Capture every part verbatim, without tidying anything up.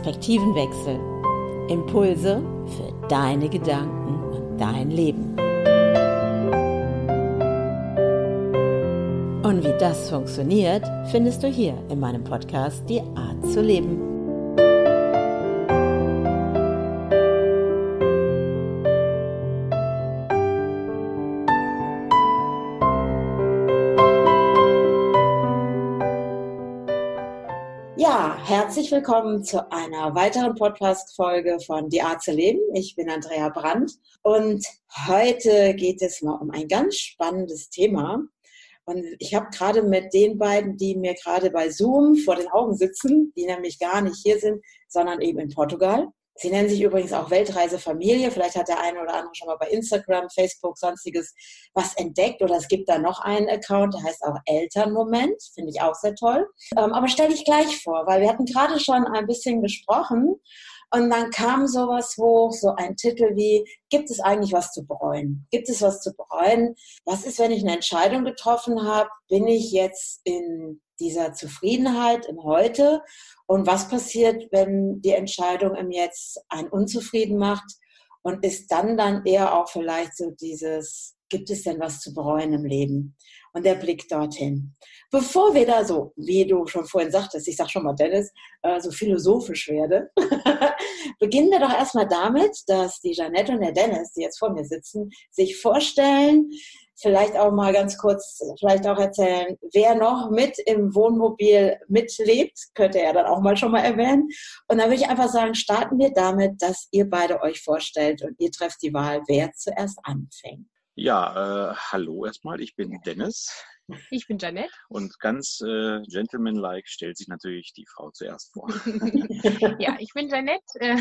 Perspektivenwechsel. Impulse für deine Gedanken und dein Leben. Und wie das funktioniert, findest du hier in meinem Podcast Die Art zu leben. Ja, herzlich willkommen zu einer weiteren Podcast-Folge von Die Art zu leben. Ich bin Andrea Brandt und heute geht es mal um ein ganz spannendes Thema. Und ich habe gerade mit den beiden, die mir gerade bei Zoom vor den Augen sitzen, die nämlich gar nicht hier sind, sondern eben in Portugal. Sie nennen sich übrigens auch Weltreisefamilie. Vielleicht hat der eine oder andere schon mal bei Instagram, Facebook, sonstiges was entdeckt. Oder es gibt da noch einen Account, der heißt auch Elternmoment. Finde ich auch sehr toll. Ähm, aber stell dich gleich vor, weil wir hatten gerade schon ein bisschen gesprochen. Und dann kam sowas hoch, so ein Titel wie, gibt es eigentlich was zu bereuen? Gibt es was zu bereuen? Was ist, wenn ich eine Entscheidung getroffen habe? Bin ich jetzt in dieser Zufriedenheit im Heute? Und was passiert, wenn die Entscheidung im Jetzt einen unzufrieden macht? Und ist dann dann eher auch vielleicht so dieses, gibt es denn was zu bereuen im Leben? Und der Blick dorthin. Bevor wir da so, wie du schon vorhin sagtest, ich sag schon mal Dennis, so philosophisch werde, beginnen wir doch erstmal damit, dass die Jeanette und der Dennis, die jetzt vor mir sitzen, sich vorstellen, vielleicht auch mal ganz kurz, vielleicht auch erzählen, wer noch mit im Wohnmobil mitlebt, könnte er dann auch mal schon mal erwähnen. Und dann würde ich einfach sagen, starten wir damit, dass ihr beide euch vorstellt und ihr trefft die Wahl, wer zuerst anfängt. Ja, äh, hallo erstmal, ich bin Dennis. Ich bin Jeanette. Und ganz äh, gentlemanlike stellt sich natürlich die Frau zuerst vor. Ja, ich bin Jeanette, äh,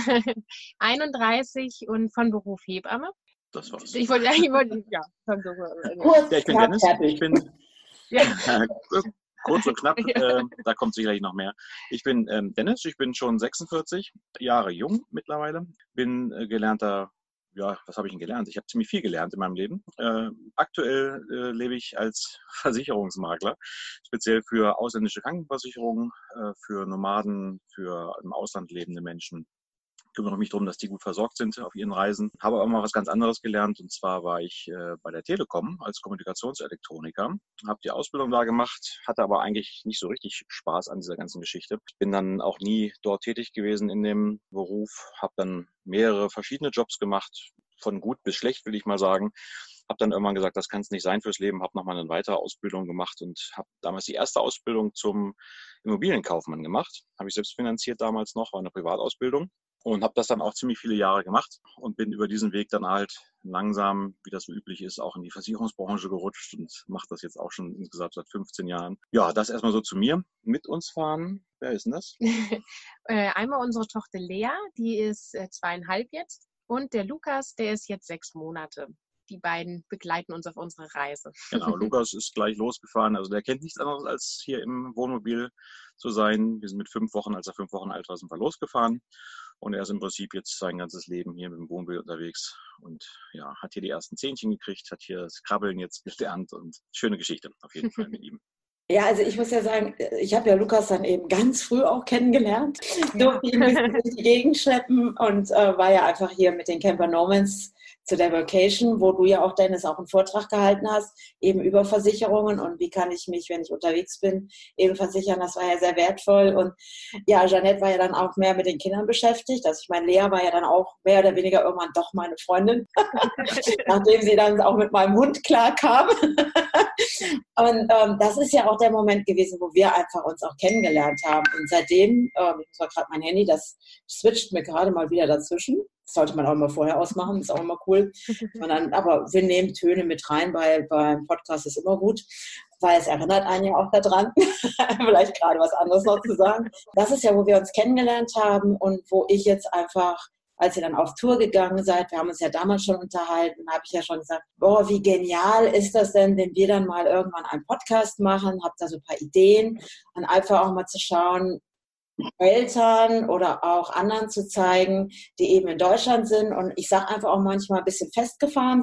einunddreißig und von Beruf Hebamme. Das war's. Ich wollte, ich wollte ja, von Beruf. Kurz, ja, ich bin Dennis. Ich bin ja. äh, kurz und knapp, äh, da kommt sicherlich noch mehr. Ich bin ähm, Dennis, ich bin schon sechsundvierzig Jahre jung mittlerweile, bin äh, gelernter. Ja, was habe ich denn gelernt? Ich habe ziemlich viel gelernt in meinem Leben. Äh, aktuell äh, lebe ich als Versicherungsmakler, speziell für ausländische Krankenversicherungen, äh, für Nomaden, für im Ausland lebende Menschen. Ich kümmere mich darum, dass die gut versorgt sind auf ihren Reisen. Habe aber mal was ganz anderes gelernt, und zwar war ich äh, bei der Telekom als Kommunikationselektroniker, habe die Ausbildung da gemacht, hatte aber eigentlich nicht so richtig Spaß an dieser ganzen Geschichte. Ich bin dann auch nie dort tätig gewesen in dem Beruf, habe dann mehrere verschiedene Jobs gemacht, von gut bis schlecht, will ich mal sagen. Habe dann irgendwann gesagt, das kann es nicht sein fürs Leben, habe nochmal eine weitere Ausbildung gemacht und habe damals die erste Ausbildung zum Immobilienkaufmann gemacht. Habe ich selbst finanziert damals noch, war eine Privatausbildung. Und habe das dann auch ziemlich viele Jahre gemacht und bin über diesen Weg dann halt langsam, wie das so üblich ist, auch in die Versicherungsbranche gerutscht und mache das jetzt auch schon insgesamt seit fünfzehn Jahren. Ja, das erstmal so zu mir. Mit uns fahren, wer ist denn das? Einmal unsere Tochter Lea, die ist zweieinhalb jetzt, und der Lukas, der ist jetzt sechs Monate. Die beiden begleiten uns auf unsere Reise. Genau, Lukas ist gleich losgefahren. Also der kennt nichts anderes, als hier im Wohnmobil zu sein. Wir sind mit fünf Wochen, als er fünf Wochen alt war, sind wir losgefahren. Und er ist im Prinzip jetzt sein ganzes Leben hier mit dem Wohnmobil unterwegs und ja, hat hier die ersten Zähnchen gekriegt, hat hier das Krabbeln jetzt gelernt und schöne Geschichte auf jeden Fall mit ihm. Ja, also ich muss ja sagen, ich habe ja Lukas dann eben ganz früh auch kennengelernt, durfte ihn ein bisschen durch die Gegend schleppen und äh, war ja einfach hier mit den Camper Nomans zu der Vacation, wo du ja auch, Dennis, auch einen Vortrag gehalten hast, eben über Versicherungen und wie kann ich mich, wenn ich unterwegs bin, eben versichern. Das war ja sehr wertvoll. Und ja, Jeanette war ja dann auch mehr mit den Kindern beschäftigt. Also ich meine, Lea war ja dann auch mehr oder weniger irgendwann doch meine Freundin, nachdem sie dann auch mit meinem Hund klarkam. Und ähm, das ist ja auch der Moment gewesen, wo wir einfach uns auch kennengelernt haben. Und seitdem, ähm, ich muss mal gerade mein Handy, das switcht mir gerade mal wieder dazwischen. Das sollte man auch mal vorher ausmachen, ist auch immer cool. Dann, aber wir nehmen Töne mit rein, weil beim Podcast ist immer gut, weil es erinnert einen ja auch daran, vielleicht gerade was anderes noch zu sagen. Das ist ja, wo wir uns kennengelernt haben und wo ich jetzt einfach, als ihr dann auf Tour gegangen seid, wir haben uns ja damals schon unterhalten, habe ich ja schon gesagt, boah, wie genial ist das denn, wenn wir dann mal irgendwann einen Podcast machen, habt da so ein paar Ideen und einfach auch mal zu schauen, Eltern oder auch anderen zu zeigen, die eben in Deutschland sind und ich sage einfach auch manchmal ein bisschen festgefahren sind,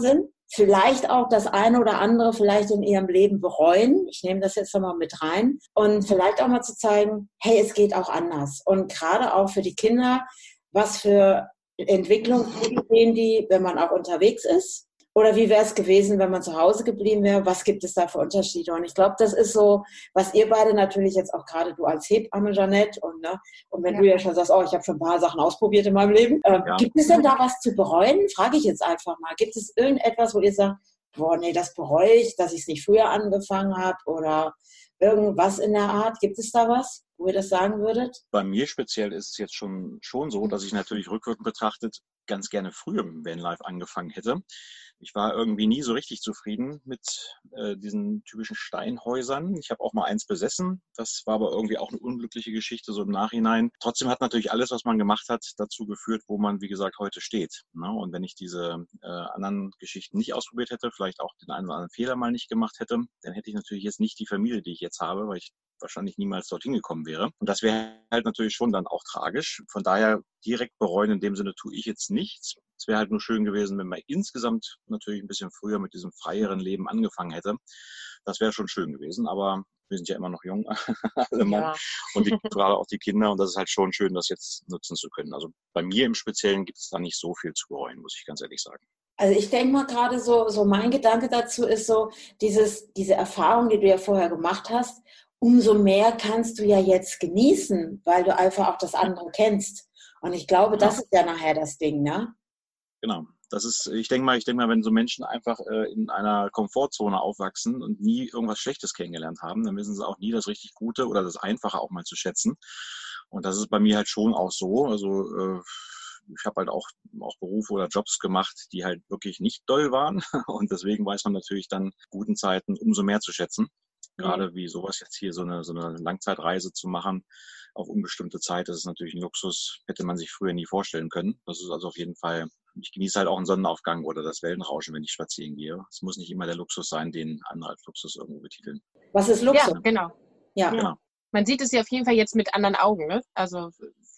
vielleicht auch das eine oder andere vielleicht in ihrem Leben bereuen. Ich nehme das jetzt nochmal mit rein. Und vielleicht auch mal zu zeigen, hey, es geht auch anders. Und gerade auch für die Kinder, was für Entwicklung sehen die, wenn man auch unterwegs ist? Oder wie wäre es gewesen, wenn man zu Hause geblieben wäre? Was gibt es da für Unterschiede? Und ich glaube, das ist so, was ihr beide natürlich jetzt auch gerade du als Hebamme, Jeanette, und, ne, und wenn ja. du ja schon sagst, oh, ich habe schon ein paar Sachen ausprobiert in meinem Leben. Ähm, ja. Gibt es denn da was zu bereuen? Frage ich jetzt einfach mal. Gibt es irgendetwas, wo ihr sagt, boah, nee, das bereue ich, dass ich es nicht früher angefangen habe oder irgendwas in der Art? Gibt es da was, wo ihr das sagen würdet? Bei mir speziell ist es jetzt schon, schon so, dass ich natürlich rückwirkend betrachtet ganz gerne früher im Vanlife angefangen hätte. Ich war irgendwie nie so richtig zufrieden mit äh, diesen typischen Steinhäusern. Ich habe auch mal eins besessen. Das war aber irgendwie auch eine unglückliche Geschichte so im Nachhinein. Trotzdem hat natürlich alles, was man gemacht hat, dazu geführt, wo man, wie gesagt, heute steht. Ne? Und wenn ich diese äh, anderen Geschichten nicht ausprobiert hätte, vielleicht auch den einen oder anderen Fehler mal nicht gemacht hätte, dann hätte ich natürlich jetzt nicht die Familie, die ich jetzt habe, weil ich wahrscheinlich niemals dorthin gekommen wäre. Und das wäre halt natürlich schon dann auch tragisch. Von daher direkt bereuen in dem Sinne tue ich jetzt nichts. Es wäre halt nur schön gewesen, wenn man insgesamt natürlich ein bisschen früher mit diesem freieren Leben angefangen hätte. Das wäre schon schön gewesen, aber wir sind ja immer noch jung, alle Mann. Ja. Und die, gerade auch die Kinder. Und das ist halt schon schön, das jetzt nutzen zu können. Also bei mir im Speziellen gibt es da nicht so viel zu bereuen, muss ich ganz ehrlich sagen. Also ich denke mal gerade so, so mein Gedanke dazu ist so, dieses, diese Erfahrung, die du ja vorher gemacht hast, umso mehr kannst du ja jetzt genießen, weil du einfach auch das andere kennst. Und ich glaube, das ja. ist ja nachher das Ding, ne? Genau. Das ist, ich denke mal, ich denke mal, wenn so Menschen einfach äh, in einer Komfortzone aufwachsen und nie irgendwas Schlechtes kennengelernt haben, dann wissen sie auch nie das richtig Gute oder das Einfache auch mal zu schätzen. Und das ist bei mir halt schon auch so. Also äh, ich habe halt auch, auch Berufe oder Jobs gemacht, die halt wirklich nicht doll waren. Und deswegen weiß man natürlich dann guten Zeiten umso mehr zu schätzen. Gerade wie sowas jetzt hier, so eine, so eine Langzeitreise zu machen auf unbestimmte Zeit, das ist natürlich ein Luxus, hätte man sich früher nie vorstellen können. Das ist also auf jeden Fall, ich genieße halt auch einen Sonnenaufgang oder das Wellenrauschen, wenn ich spazieren gehe. Es muss nicht immer der Luxus sein, den andere als Luxus irgendwo betiteln. Was ist Luxus? Ja, genau. Ja, genau. Man sieht es ja auf jeden Fall jetzt mit anderen Augen. Ne? Also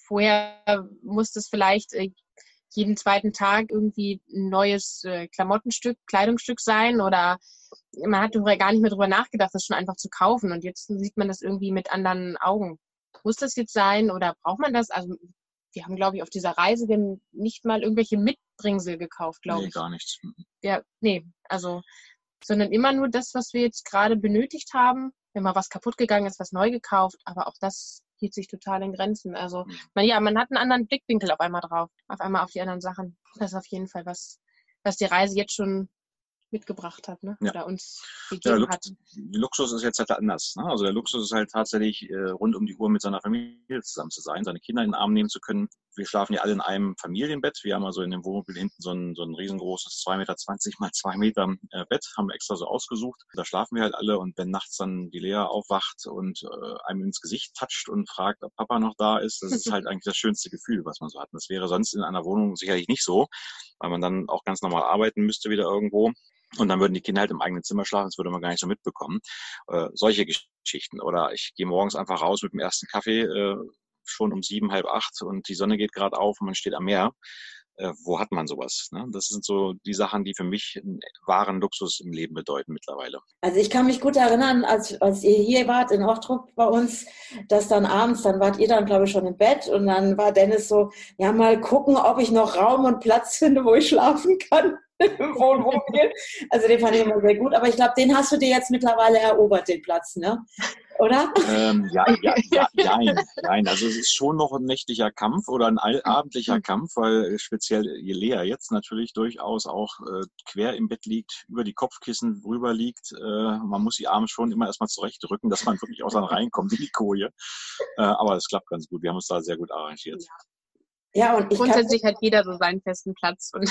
vorher musste es vielleicht äh, jeden zweiten Tag irgendwie ein neues äh, Klamottenstück, Kleidungsstück sein oder man hat gar nicht mehr drüber nachgedacht, das schon einfach zu kaufen und jetzt sieht man das irgendwie mit anderen Augen. Muss das jetzt sein oder braucht man das? Also wir haben, glaube ich, auf dieser Reise nicht mal irgendwelche Mitbringsel gekauft, glaube nee, ich. Nee, gar nichts. Ja, nee, also, sondern immer nur das, was wir jetzt gerade benötigt haben. Wenn mal was kaputt gegangen ist, was neu gekauft, aber auch das hielt sich total in Grenzen. Also, man, ja, man hat einen anderen Blickwinkel auf einmal drauf, auf einmal auf die anderen Sachen. Das ist auf jeden Fall was, was die Reise jetzt schon mitgebracht hat, ne? Ja. Oder uns gegeben ja, hat. Der Luxus ist jetzt halt anders. Ne? Also der Luxus ist halt tatsächlich äh, rund um die Uhr mit seiner Familie zusammen zu sein, seine Kinder in den Arm nehmen zu können. Wir schlafen ja alle in einem Familienbett. Wir haben also in dem Wohnmobil hinten so ein, so ein riesengroßes zwei Meter zwanzig mal zwei Meter äh, Bett, haben wir extra so ausgesucht. Da schlafen wir halt alle und wenn nachts dann die Lea aufwacht und äh, einem ins Gesicht toucht und fragt, ob Papa noch da ist, das ist halt eigentlich das schönste Gefühl, was man so hat. Und das wäre sonst in einer Wohnung sicherlich nicht so, weil man dann auch ganz normal arbeiten müsste wieder irgendwo. Und dann würden die Kinder halt im eigenen Zimmer schlafen, das würde man gar nicht so mitbekommen. Äh, solche Geschichten. Oder ich gehe morgens einfach raus mit dem ersten Kaffee, äh, schon um sieben, halb acht und die Sonne geht gerade auf und man steht am Meer. Äh, wo hat man sowas? Ne? Das sind so die Sachen, die für mich einen wahren Luxus im Leben bedeuten mittlerweile. Also ich kann mich gut erinnern, als, als ihr hier wart in Ochtrup bei uns, dass dann abends, dann wart ihr dann, glaube ich, schon im Bett und dann war Dennis so, ja, mal gucken, ob ich noch Raum und Platz finde, wo ich schlafen kann. Wohnmobil. Also den fand ich immer sehr gut. Aber ich glaube, den hast du dir jetzt mittlerweile erobert, den Platz, ne? Oder? Ähm, ja, ja, ja, nein, nein. Also es ist schon noch ein nächtlicher Kampf oder ein allabendlicher Kampf, weil speziell Lea jetzt natürlich durchaus auch äh, quer im Bett liegt, über die Kopfkissen rüber liegt. Äh, man muss die Arme schon immer erstmal zurechtrücken, dass man wirklich auch dann reinkommt in die Koje. Äh, aber es klappt ganz gut. Wir haben uns da sehr gut arrangiert. Ja. Ja, und ich Grundsätzlich kann... hat jeder so seinen festen Platz und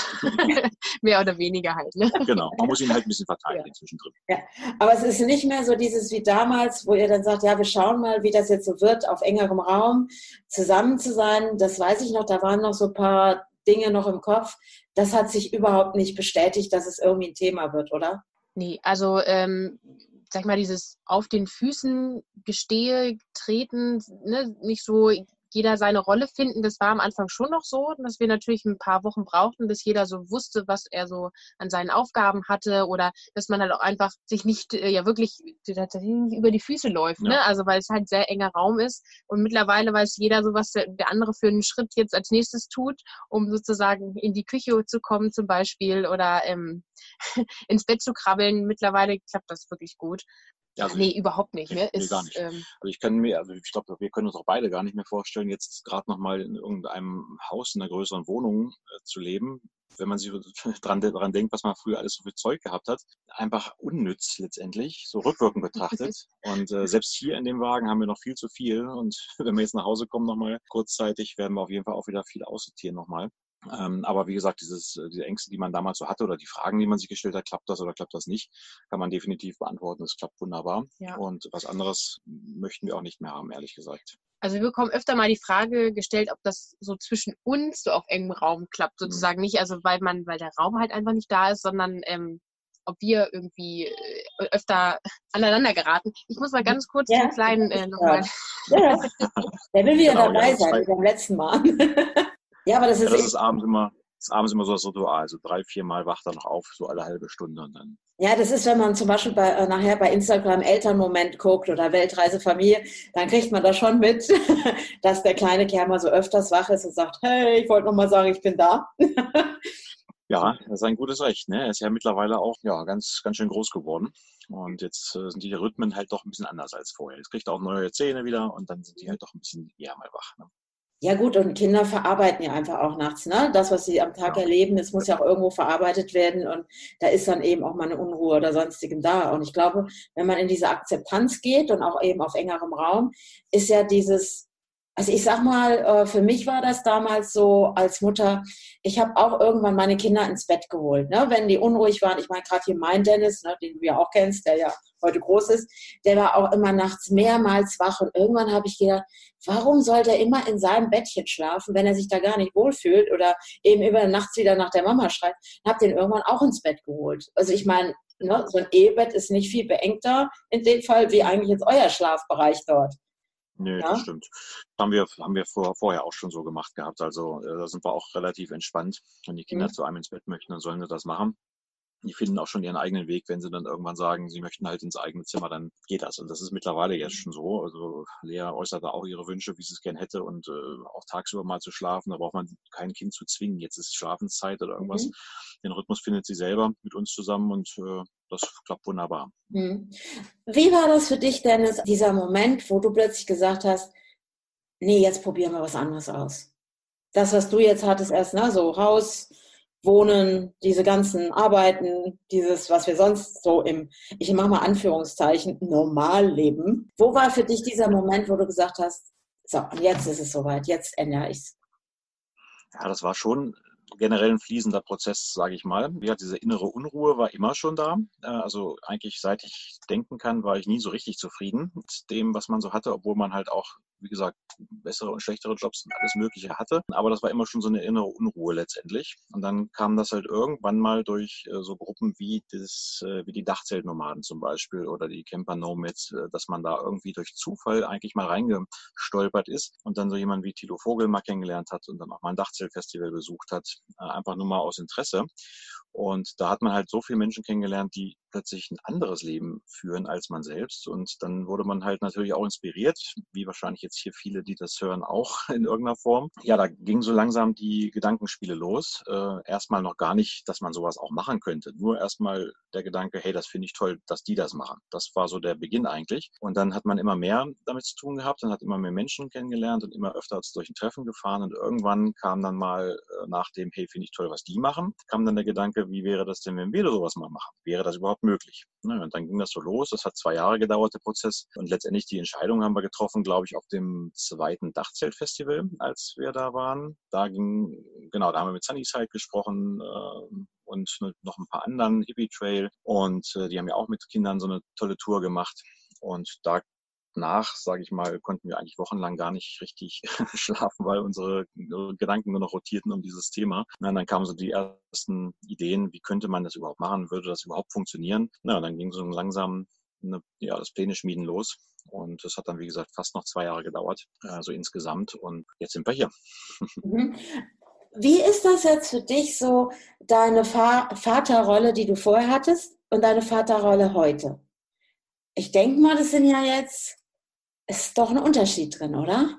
mehr oder weniger halt. Ne? Genau, man muss ihn halt ein bisschen verteidigen ja. zwischendrin. Ja, aber es ist nicht mehr so dieses wie damals, wo ihr dann sagt, ja, wir schauen mal, wie das jetzt so wird, auf engerem Raum zusammen zu sein. Das weiß ich noch, da waren noch so ein paar Dinge noch im Kopf. Das hat sich überhaupt nicht bestätigt, dass es irgendwie ein Thema wird, oder? Nee, also ähm, sag ich mal, dieses auf den Füßen Gestehe, Treten, ne, nicht so jeder seine Rolle finden. Das war am Anfang schon noch so, dass wir natürlich ein paar Wochen brauchten, bis jeder so wusste, was er so an seinen Aufgaben hatte oder dass man halt auch einfach sich nicht äh, ja wirklich über die Füße läuft, Ja. ne? Also weil es halt sehr enger Raum ist und mittlerweile weiß jeder so, was der, der andere für einen Schritt jetzt als nächstes tut, um sozusagen in die Küche zu kommen zum Beispiel oder ähm, ins Bett zu krabbeln. Mittlerweile klappt das wirklich gut. Ja, also nee, ich, überhaupt nicht. Ne? nee, Ist, gar nicht. Ähm, Also ich kann mir, also ich glaube, wir können uns auch beide gar nicht mehr vorstellen, jetzt gerade nochmal in irgendeinem Haus, in einer größeren Wohnung äh, zu leben, wenn man sich dran, dran denkt, was man früher alles so viel Zeug gehabt hat. Einfach unnütz letztendlich, so rückwirkend betrachtet. Und äh, selbst hier in dem Wagen haben wir noch viel zu viel. Und wenn wir jetzt nach Hause kommen nochmal kurzzeitig, werden wir auf jeden Fall auch wieder viel aussortieren nochmal. Ähm, aber wie gesagt, dieses, diese Ängste, die man damals so hatte oder die Fragen, die man sich gestellt hat, klappt das oder klappt das nicht, kann man definitiv beantworten. Es klappt wunderbar. Ja. Und was anderes möchten wir auch nicht mehr haben, ehrlich gesagt. Also wir bekommen öfter mal die Frage gestellt, ob das so zwischen uns so auf engem Raum klappt, sozusagen. Mhm. Nicht, also weil man, weil der Raum halt einfach nicht da ist, sondern ähm, ob wir irgendwie äh, öfter aneinander geraten. Ich muss mal ganz kurz ja, den Kleinen äh, nochmal. Ja. Der will wieder Genau, dabei ja, sein, wie beim letzten Mal. Ja, aber das ist, ja, das ist abends immer, das ist abends immer so das Ritual. Also drei, vier Mal wacht er noch auf, so alle halbe Stunde und dann. Ja, das ist, wenn man zum Beispiel bei, äh, nachher bei Instagram Elternmoment guckt oder Weltreise Familie, dann kriegt man das schon mit, dass der kleine Kerl mal so öfters wach ist und sagt, hey, ich wollte noch mal sagen, ich bin da. Ja, das ist ein gutes Recht. Ne? Er ist ja mittlerweile auch ja, ganz, ganz schön groß geworden. Und jetzt äh, sind die Rhythmen halt doch ein bisschen anders als vorher. Jetzt kriegt er auch neue Zähne wieder und dann sind die halt doch ein bisschen eher mal wach. Ne? Ja gut, und Kinder verarbeiten ja einfach auch nachts, ne? Das, was sie am Tag ja. erleben, das muss ja auch irgendwo verarbeitet werden und da ist dann eben auch mal eine Unruhe oder sonstigem da. Und ich glaube, wenn man in diese Akzeptanz geht und auch eben auf engerem Raum, ist ja dieses, also ich sag mal, für mich war das damals so als Mutter, ich habe auch irgendwann meine Kinder ins Bett geholt, ne? Wenn die unruhig waren. Ich meine, gerade hier mein Dennis, ne, den du ja auch kennst, der ja heute groß ist, der war auch immer nachts mehrmals wach und irgendwann habe ich gedacht, warum sollte er immer in seinem Bettchen schlafen, wenn er sich da gar nicht wohlfühlt oder eben immer nachts wieder nach der Mama schreit? Ich habe den irgendwann auch ins Bett geholt. Also ich meine, ne, so ein Ehebett ist nicht viel beengter in dem Fall, wie eigentlich jetzt euer Schlafbereich dort. Nö, Ja? das stimmt. Haben wir, haben wir vor, vorher auch schon so gemacht gehabt. Also äh, da sind wir auch relativ entspannt. Wenn die Kinder mhm. zu einem ins Bett möchten, dann sollen sie das machen. Die finden auch schon ihren eigenen Weg, wenn sie dann irgendwann sagen, sie möchten halt ins eigene Zimmer, dann geht das. Und das ist mittlerweile jetzt schon so. Also Lea äußerte auch ihre Wünsche, wie sie es gern hätte und äh, auch tagsüber mal zu schlafen. Da braucht man kein Kind zu zwingen. Jetzt ist Schlafenszeit oder irgendwas. Mhm. Den Rhythmus findet sie selber mit uns zusammen und äh, das klappt wunderbar. Mhm. Wie war das für dich, Dennis, dieser Moment, wo du plötzlich gesagt hast, nee, jetzt probieren wir was anderes aus? Das, was du jetzt hattest erst, ne, so Haus, Wohnen, diese ganzen Arbeiten, dieses, was wir sonst so im, ich mache mal Anführungszeichen, Normalleben. Wo war für dich dieser Moment, wo du gesagt hast, so, und jetzt ist es soweit, jetzt ändere ich es? Ja, das war schon generell ein fließender Prozess, sage ich mal. Ja, diese innere Unruhe war immer schon da. Also eigentlich seit ich denken kann, war ich nie so richtig zufrieden mit dem, was man so hatte, obwohl man halt auch, wie gesagt, bessere und schlechtere Jobs und alles Mögliche hatte. Aber das war immer schon so eine innere Unruhe letztendlich. Und dann kam das halt irgendwann mal durch äh, so Gruppen wie, das, äh, wie die Dachzeltnomaden zum Beispiel oder die Camper Nomads, äh, dass man da irgendwie durch Zufall eigentlich mal reingestolpert ist und dann so jemand wie Tilo Vogel mal kennengelernt hat und dann auch mal ein Dachzeltfestival besucht hat, äh, einfach nur mal aus Interesse. Und da hat man halt so viele Menschen kennengelernt, die plötzlich ein anderes Leben führen als man selbst. Und dann wurde man halt natürlich auch inspiriert, wie wahrscheinlich jetzt hier viele, die das hören, auch in irgendeiner Form. Ja, da gingen so langsam die Gedankenspiele los. Äh, erstmal noch gar nicht, dass man sowas auch machen könnte. Nur erstmal der Gedanke, hey, das finde ich toll, dass die das machen. Das war so der Beginn eigentlich. Und dann hat man immer mehr damit zu tun gehabt und hat immer mehr Menschen kennengelernt und immer öfter zu solchen Treffen gefahren. Und irgendwann kam dann mal äh, nach dem, hey, finde ich toll, was die machen, kam dann der Gedanke, wie wäre das denn, wenn wir sowas mal machen? Wäre das überhaupt möglich? Ne? Und dann ging das so los. Das hat zwei Jahre gedauert, der Prozess. Und letztendlich die Entscheidung haben wir getroffen, glaube ich, auf dem zweiten Dachzeltfestival, als wir da waren. Da ging, genau, da haben wir mit Sunnyside gesprochen äh, und noch ein paar anderen, Hippie Trail. Und äh, die haben ja auch mit Kindern so eine tolle Tour gemacht. Und da nach, sage ich mal, konnten wir eigentlich wochenlang gar nicht richtig schlafen, weil unsere Gedanken nur noch rotierten um dieses Thema. Na, und dann kamen so die ersten Ideen, wie könnte man das überhaupt machen, würde das überhaupt funktionieren? Na, und dann ging so langsam eine, ja, das Pläne schmieden los. Und das hat dann, wie gesagt, fast noch zwei Jahre gedauert, also insgesamt. Und jetzt sind wir hier. Mhm. Wie ist das jetzt für dich so, deine Fa- Vaterrolle, die du vorher hattest und deine Vaterrolle heute? Ich denke mal, das sind ja jetzt, ist doch ein Unterschied drin, oder?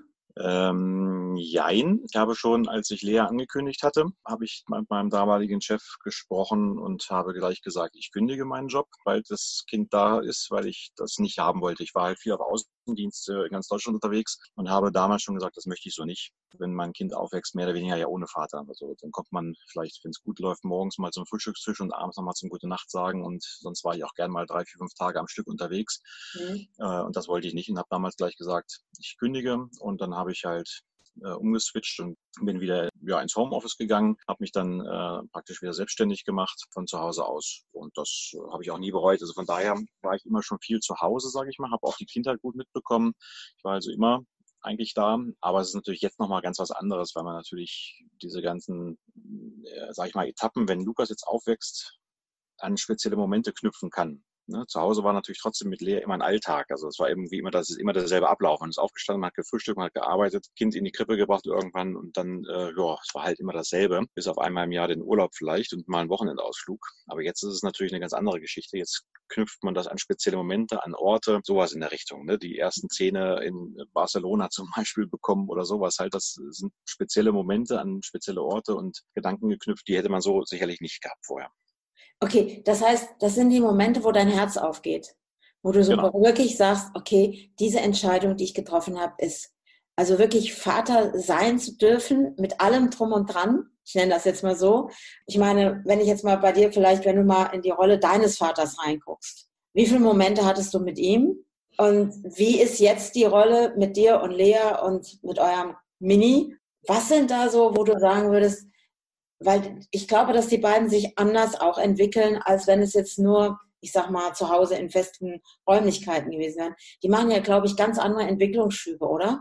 Ähm, jein. Ich habe schon, als ich Lea angekündigt hatte, habe ich mit meinem damaligen Chef gesprochen und habe gleich gesagt, ich kündige meinen Job, weil das Kind da ist, weil ich das nicht haben wollte. Ich war halt viel auf Außendienst in ganz Deutschland unterwegs und habe damals schon gesagt, das möchte ich so nicht. Wenn mein Kind aufwächst, mehr oder weniger ja ohne Vater. Also dann kommt man vielleicht, wenn es gut läuft, morgens mal zum Frühstückstisch und abends nochmal zum Gute Nacht sagen, und sonst war ich auch gern mal drei, vier, fünf Tage am Stück unterwegs. Mhm. Äh, und das wollte ich nicht und habe damals gleich gesagt, ich kündige, und dann habe ich halt äh, umgeswitcht und bin wieder ja, ins Homeoffice gegangen, habe mich dann äh, praktisch wieder selbstständig gemacht von zu Hause aus, und das äh, habe ich auch nie bereut. Also von daher war ich immer schon viel zu Hause, sage ich mal, habe auch die Kindheit gut mitbekommen. Ich war also immer eigentlich da, aber es ist natürlich jetzt nochmal ganz was anderes, weil man natürlich diese ganzen, äh, sag ich mal, Etappen, wenn Lukas jetzt aufwächst, an spezielle Momente knüpfen kann. Ne? Zu Hause war natürlich trotzdem mit Lea immer ein Alltag. Also es war irgendwie immer, das ist immer derselbe Ablauf. Man ist aufgestanden, man hat gefrühstückt, man hat gearbeitet, Kind in die Krippe gebracht irgendwann, und dann, äh, ja, es war halt immer dasselbe. Bis auf einmal im Jahr den Urlaub vielleicht und mal einen Wochenendausflug. Aber jetzt ist es natürlich eine ganz andere Geschichte. Jetzt knüpft man das an spezielle Momente, an Orte, sowas in der Richtung. Ne? Die ersten Zähne in Barcelona zum Beispiel bekommen oder sowas. Halt, das sind spezielle Momente an spezielle Orte und Gedanken geknüpft, die hätte man so sicherlich nicht gehabt vorher. Okay, das heißt, das sind die Momente, wo dein Herz aufgeht, wo du so genau. wirklich sagst, okay, diese Entscheidung, die ich getroffen habe, ist also wirklich Vater sein zu dürfen mit allem drum und dran. Ich nenne das jetzt mal so. Ich meine, wenn ich jetzt mal bei dir vielleicht, wenn du mal in die Rolle deines Vaters reinguckst, wie viele Momente hattest du mit ihm? Und wie ist jetzt die Rolle mit dir und Lea und mit eurem Mini? Was sind da so, wo du sagen würdest, weil ich glaube, dass die beiden sich anders auch entwickeln, als wenn es jetzt nur, ich sag mal, zu Hause in festen Räumlichkeiten gewesen wären. Die machen ja, glaube ich, ganz andere Entwicklungsschübe, oder?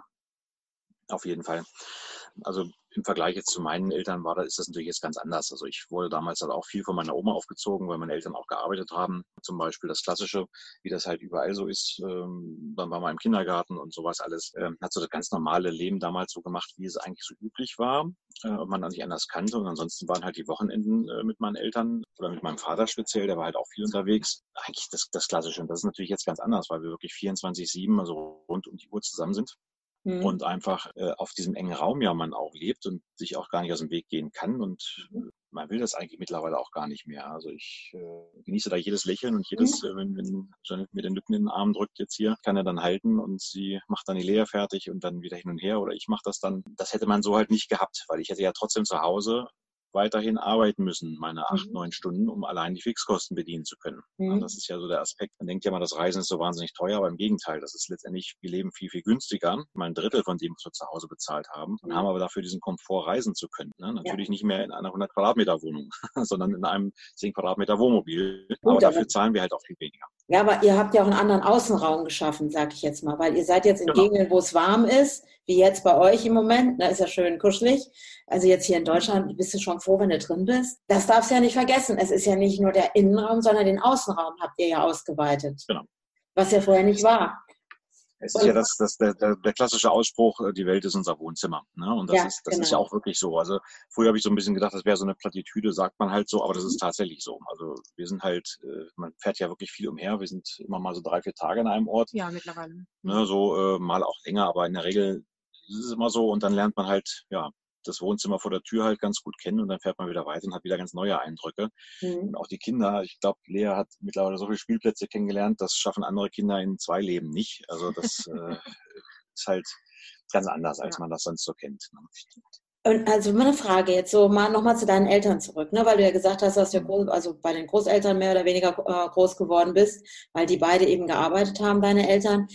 Auf jeden Fall. Also im Vergleich jetzt zu meinen Eltern war das, ist das natürlich jetzt ganz anders. Also ich wurde damals halt auch viel von meiner Oma aufgezogen, weil meine Eltern auch gearbeitet haben. Zum Beispiel das Klassische, wie das halt überall so ist. Ähm, dann war man im Kindergarten und sowas alles. Ähm, hat so das ganz normale Leben damals so gemacht, wie es eigentlich so üblich war. Äh, und man nicht anders kannte. Und ansonsten waren halt die Wochenenden äh, mit meinen Eltern oder mit meinem Vater speziell, der war halt auch viel unterwegs. Eigentlich das, das Klassische. Und das ist natürlich jetzt ganz anders, weil wir wirklich vierundzwanzig sieben, also rund um die Uhr zusammen sind. Mhm. Und einfach äh, auf diesem engen Raum ja man auch lebt und sich auch gar nicht aus dem Weg gehen kann. Und äh, man will das eigentlich mittlerweile auch gar nicht mehr. Also ich äh, genieße da jedes Lächeln und jedes, mhm. äh, wenn, wenn Janet mir den Lücken in den Arm drückt jetzt hier, kann er dann halten und sie macht dann die Lea fertig und dann wieder hin und her oder ich mache das dann. Das hätte man so halt nicht gehabt, weil ich hätte ja trotzdem zu Hause weiterhin arbeiten müssen, meine acht, mhm. neun Stunden, um allein die Fixkosten bedienen zu können. Mhm. Das ist ja so der Aspekt. Man denkt ja mal, das Reisen ist so wahnsinnig teuer, aber im Gegenteil, das ist letztendlich, wir leben viel, viel günstiger, mal ein Drittel von dem, was wir zu Hause bezahlt haben, und mhm. haben aber dafür diesen Komfort, reisen zu können. Ne? Natürlich ja. nicht mehr in einer hundert Quadratmeter Wohnung, sondern in einem zehn Quadratmeter Wohnmobil, Gut, aber dafür aber zahlen wir halt auch viel weniger. Ja, aber ihr habt ja auch einen anderen Außenraum geschaffen, sag ich jetzt mal, weil ihr seid jetzt in genau. Gegenden, wo es warm ist, wie jetzt bei euch im Moment, da ist ja schön kuschelig. Also jetzt hier in Deutschland bist du schon froh, wenn du drin bist. Das darfst du ja nicht vergessen. Es ist ja nicht nur der Innenraum, sondern den Außenraum habt ihr ja ausgeweitet. Genau. Was ja vorher nicht war. Es ist ja das, das, der, der klassische Ausspruch, die Welt ist unser Wohnzimmer. Ne? Und das, ja, ist, das genau. ist ja auch wirklich so. Also früher habe ich so ein bisschen gedacht, das wäre so eine Plattitüde, sagt man halt so, aber das ist tatsächlich so. Also wir sind halt, man fährt ja wirklich viel umher. Wir sind immer mal so drei, vier Tage an einem Ort. Ja, mittlerweile. Ne, so äh, mal auch länger, aber in der Regel ist es immer so. Und dann lernt man halt, ja, das Wohnzimmer vor der Tür halt ganz gut kennen und dann fährt man wieder weiter und hat wieder ganz neue Eindrücke. Mhm. Und auch die Kinder, ich glaube, Lea hat mittlerweile so viele Spielplätze kennengelernt, das schaffen andere Kinder in zwei Leben nicht. Also das äh, ist halt ganz anders, als ja. man das sonst so kennt. Ne? Und also meine Frage jetzt so mal nochmal zu deinen Eltern zurück, ne? Weil du ja gesagt hast, dass du groß, also bei den Großeltern mehr oder weniger äh, groß geworden bist, weil die beide eben gearbeitet haben, deine Eltern.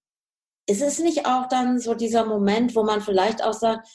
Ist es nicht auch dann so dieser Moment, wo man vielleicht auch sagt,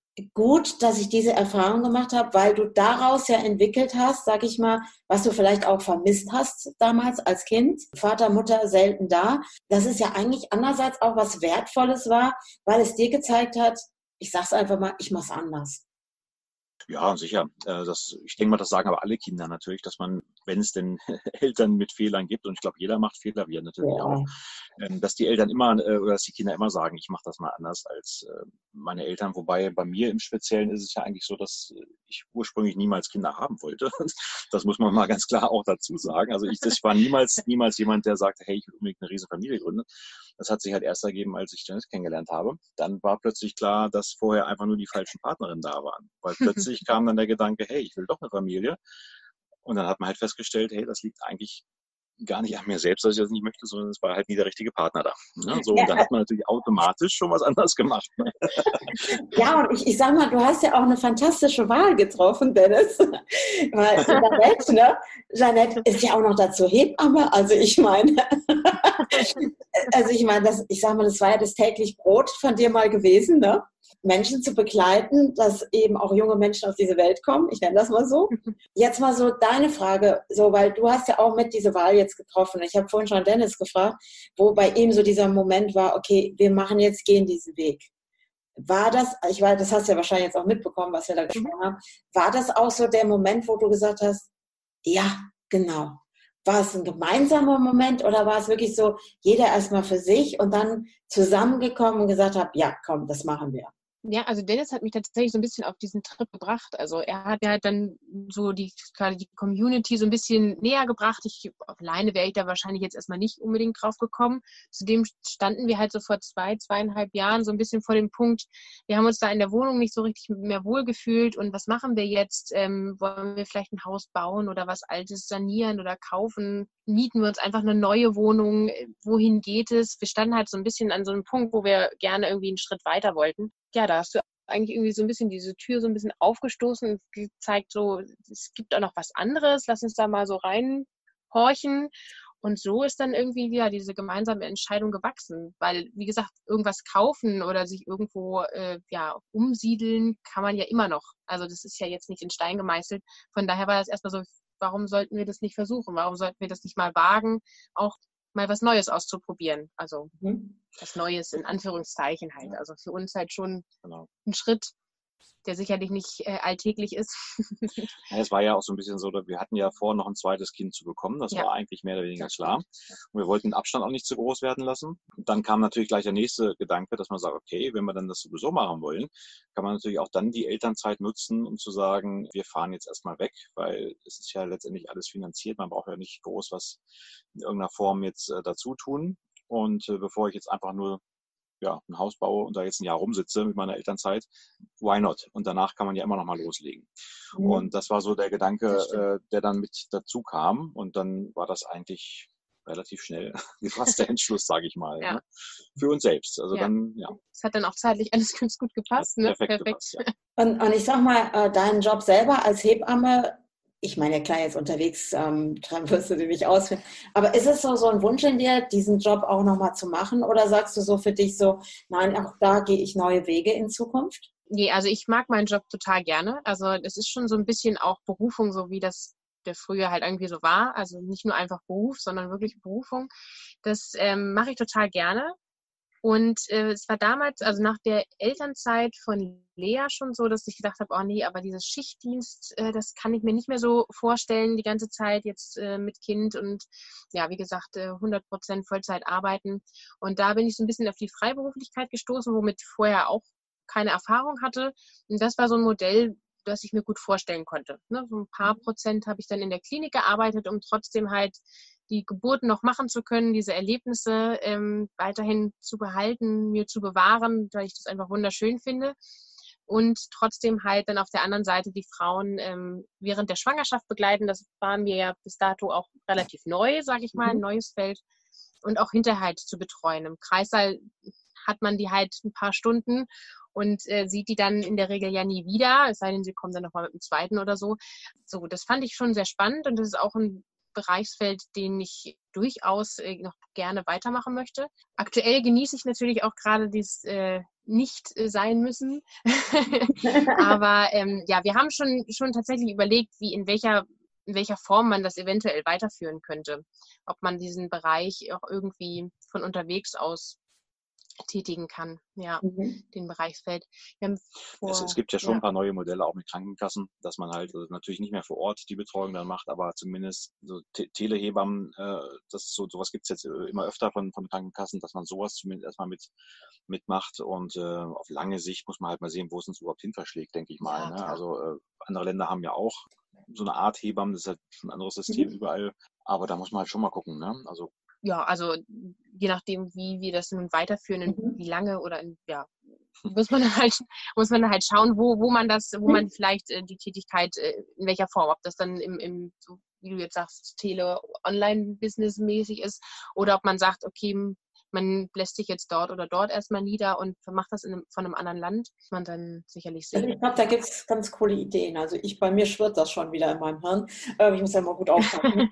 gut, dass ich diese Erfahrung gemacht habe, weil du daraus ja entwickelt hast, sag ich mal, was du vielleicht auch vermisst hast damals als Kind. Vater, Mutter selten da. Das ist ja eigentlich andererseits auch was Wertvolles war, weil es dir gezeigt hat, ich sag's einfach mal, ich mach's anders. Ja, sicher. Das, ich denke mal, das sagen aber alle Kinder natürlich, dass man wenn es denn Eltern mit Fehlern gibt, und ich glaube, jeder macht Fehler, wir natürlich Ja. auch, ähm, dass die Eltern immer äh, oder dass die Kinder immer sagen, ich mache das mal anders als äh, meine Eltern. Wobei bei mir im Speziellen ist es ja eigentlich so, dass ich ursprünglich niemals Kinder haben wollte. Das muss man mal ganz klar auch dazu sagen. Also ich das war niemals, niemals jemand, der sagte, hey, ich will unbedingt eine riesen Familie gründen. Das hat sich halt erst ergeben, als ich Janice kennengelernt habe. Dann war plötzlich klar, dass vorher einfach nur die falschen Partnerinnen da waren. Weil plötzlich kam dann der Gedanke, hey, ich will doch eine Familie. Und dann hat man halt festgestellt, hey, das liegt eigentlich gar nicht an mir selbst, dass ich das nicht möchte, sondern es war halt nie der richtige Partner da. Ne? So, und dann hat man natürlich automatisch schon was anderes gemacht. Ne? Ja, und ich, ich sag mal, du hast ja auch eine fantastische Wahl getroffen, Dennis. Weil Jeanette, ne? Jeanette ist ja auch noch dazu Hebamme. Also ich meine, also ich meine, das, ich sag mal, das war ja das täglich Brot von dir mal gewesen, ne? Menschen zu begleiten, dass eben auch junge Menschen auf diese Welt kommen. Ich nenne das mal so. Jetzt mal so deine Frage, so, weil du hast ja auch mit diese Wahl jetzt getroffen. Ich habe vorhin schon Dennis gefragt, wo bei ihm so dieser Moment war, okay, wir machen jetzt, gehen diesen Weg. War das, ich weiß, das hast du ja wahrscheinlich jetzt auch mitbekommen, was wir da gesprochen haben, war das auch so der Moment, wo du gesagt hast, ja, genau. War es ein gemeinsamer Moment oder war es wirklich so, jeder erstmal für sich und dann zusammengekommen und gesagt hat, ja, komm, das machen wir? Ja, also Dennis hat mich tatsächlich so ein bisschen auf diesen Trip gebracht. Also er hat mir halt dann so die, gerade die Community so ein bisschen näher gebracht. Ich, alleine wäre ich da wahrscheinlich jetzt erstmal nicht unbedingt drauf gekommen. Zudem standen wir halt so vor zwei, zweieinhalb Jahren so ein bisschen vor dem Punkt, wir haben uns da in der Wohnung nicht so richtig mehr wohlgefühlt und was machen wir jetzt? Ähm, wollen wir vielleicht ein Haus bauen oder was Altes sanieren oder kaufen? Mieten wir uns einfach eine neue Wohnung? Wohin geht es? Wir standen halt so ein bisschen an so einem Punkt, wo wir gerne irgendwie einen Schritt weiter wollten. Ja, da hast du eigentlich irgendwie so ein bisschen diese Tür so ein bisschen aufgestoßen und gezeigt, so, es gibt auch noch was anderes, lass uns da mal so reinhorchen. Und so ist dann irgendwie ja diese gemeinsame Entscheidung gewachsen, weil, wie gesagt, irgendwas kaufen oder sich irgendwo äh, ja umsiedeln kann man ja immer noch. Also das ist ja jetzt nicht in Stein gemeißelt. Von daher war das erstmal so, warum sollten wir das nicht versuchen? Warum sollten wir das nicht mal wagen, auch mal was Neues auszuprobieren? Also mhm. was Neues in Anführungszeichen halt. Also für uns halt schon genau. ein Schritt, der sicherlich nicht äh, alltäglich ist. Ja, es war ja auch so ein bisschen so, wir hatten ja vor, noch ein zweites Kind zu bekommen. Das ja. war eigentlich mehr oder weniger klar. Und wir wollten den Abstand auch nicht zu groß werden lassen. Und dann kam natürlich gleich der nächste Gedanke, dass man sagt, okay, wenn wir dann das sowieso machen wollen, kann man natürlich auch dann die Elternzeit nutzen, um zu sagen, wir fahren jetzt erstmal weg, weil es ist ja letztendlich alles finanziert. Man braucht ja nicht groß was in irgendeiner Form jetzt äh, dazu tun. Und äh, bevor ich jetzt einfach nur ja, ein Haus baue und da jetzt ein Jahr rumsitze mit meiner Elternzeit, why not? Und danach kann man ja immer noch mal loslegen. Mhm. Und das war so der Gedanke, äh, der dann mit dazu kam. Und dann war das eigentlich relativ schnell fast der Entschluss, sage ich mal, ja. ne? Für uns selbst. Also ja. dann, ja. Es hat dann auch zeitlich alles ganz gut gepasst. Ne? Perfekt. Perfekt. Gepasst, ja. und, und ich sag mal, deinen Job selber als Hebamme, ich meine, ja klar, jetzt unterwegs ähm, wirst du den nicht ausführen. Aber ist es so, so ein Wunsch in dir, diesen Job auch nochmal zu machen? Oder sagst du so für dich so, nein, auch da gehe ich neue Wege in Zukunft? Nee, also ich mag meinen Job total gerne. Also es ist schon so ein bisschen auch Berufung, so wie das der früher halt irgendwie so war. Also nicht nur einfach Beruf, sondern wirklich Berufung. Das ähm, mache ich total gerne. Und äh, es war damals, also nach der Elternzeit von Lea schon so, dass ich gedacht habe, oh nee, aber dieses Schichtdienst, äh, das kann ich mir nicht mehr so vorstellen, die ganze Zeit jetzt äh, mit Kind und ja, wie gesagt, äh, hundert Prozent Vollzeit arbeiten. Und da bin ich so ein bisschen auf die Freiberuflichkeit gestoßen, womit ich vorher auch keine Erfahrung hatte. Und das war so ein Modell, das ich mir gut vorstellen konnte. Ne? So ein paar Prozent habe ich dann in der Klinik gearbeitet, um trotzdem halt die Geburten noch machen zu können, diese Erlebnisse ähm, weiterhin zu behalten, mir zu bewahren, weil ich das einfach wunderschön finde. Und trotzdem halt dann auf der anderen Seite die Frauen ähm, während der Schwangerschaft begleiten. Das war mir ja bis dato auch relativ neu, sage ich mal, ein neues Feld. Und auch hinterher halt zu betreuen. Im Kreissaal hat man die halt ein paar Stunden und äh, sieht die dann in der Regel ja nie wieder, es sei denn, sie kommen dann nochmal mit dem zweiten oder so. So, das fand ich schon sehr spannend und das ist auch ein Bereichsfeld, den ich durchaus äh, noch gerne weitermachen möchte. Aktuell genieße ich natürlich auch gerade dieses äh, nicht äh, sein müssen. Aber ähm, ja, wir haben schon, schon tatsächlich überlegt, wie in welcher, in welcher Form man das eventuell weiterführen könnte. Ob man diesen Bereich auch irgendwie von unterwegs aus tätigen kann, ja, Mhm. den Bereichsfeld. Wir haben vor, Es, es gibt ja schon ja. ein paar neue Modelle, auch mit Krankenkassen, dass man halt also natürlich nicht mehr vor Ort die Betreuung dann macht, aber zumindest so Te Telehebammen, äh, das so sowas gibt es jetzt äh, immer öfter von, von Krankenkassen, dass man sowas zumindest erstmal mit mitmacht und äh, auf lange Sicht muss man halt mal sehen, wo es uns überhaupt hin verschlägt, denke ich mal. Ja, Ne? klar. Also äh, andere Länder haben ja auch so eine Art Hebammen, das ist halt schon ein anderes System Mhm. überall, aber da muss man halt schon mal gucken. Ne? Also Ja, also je nachdem, wie wir das nun weiterführen und Mhm. wie lange oder in, ja, muss man dann halt, muss man dann halt schauen, wo, wo man das, wo man vielleicht äh, die Tätigkeit, äh, in welcher Form, ob das dann im, im so wie du jetzt sagst, Tele-Online-Business-mäßig ist oder ob man sagt, okay, man lässt sich jetzt dort oder dort erstmal nieder und macht das in einem, von einem anderen Land, muss man dann sicherlich Also sehen. ich glaube, da gibt es ganz coole Ideen. Also ich, bei mir schwirrt das schon wieder in meinem Hirn. Ähm, ich muss ja mal gut aufpassen.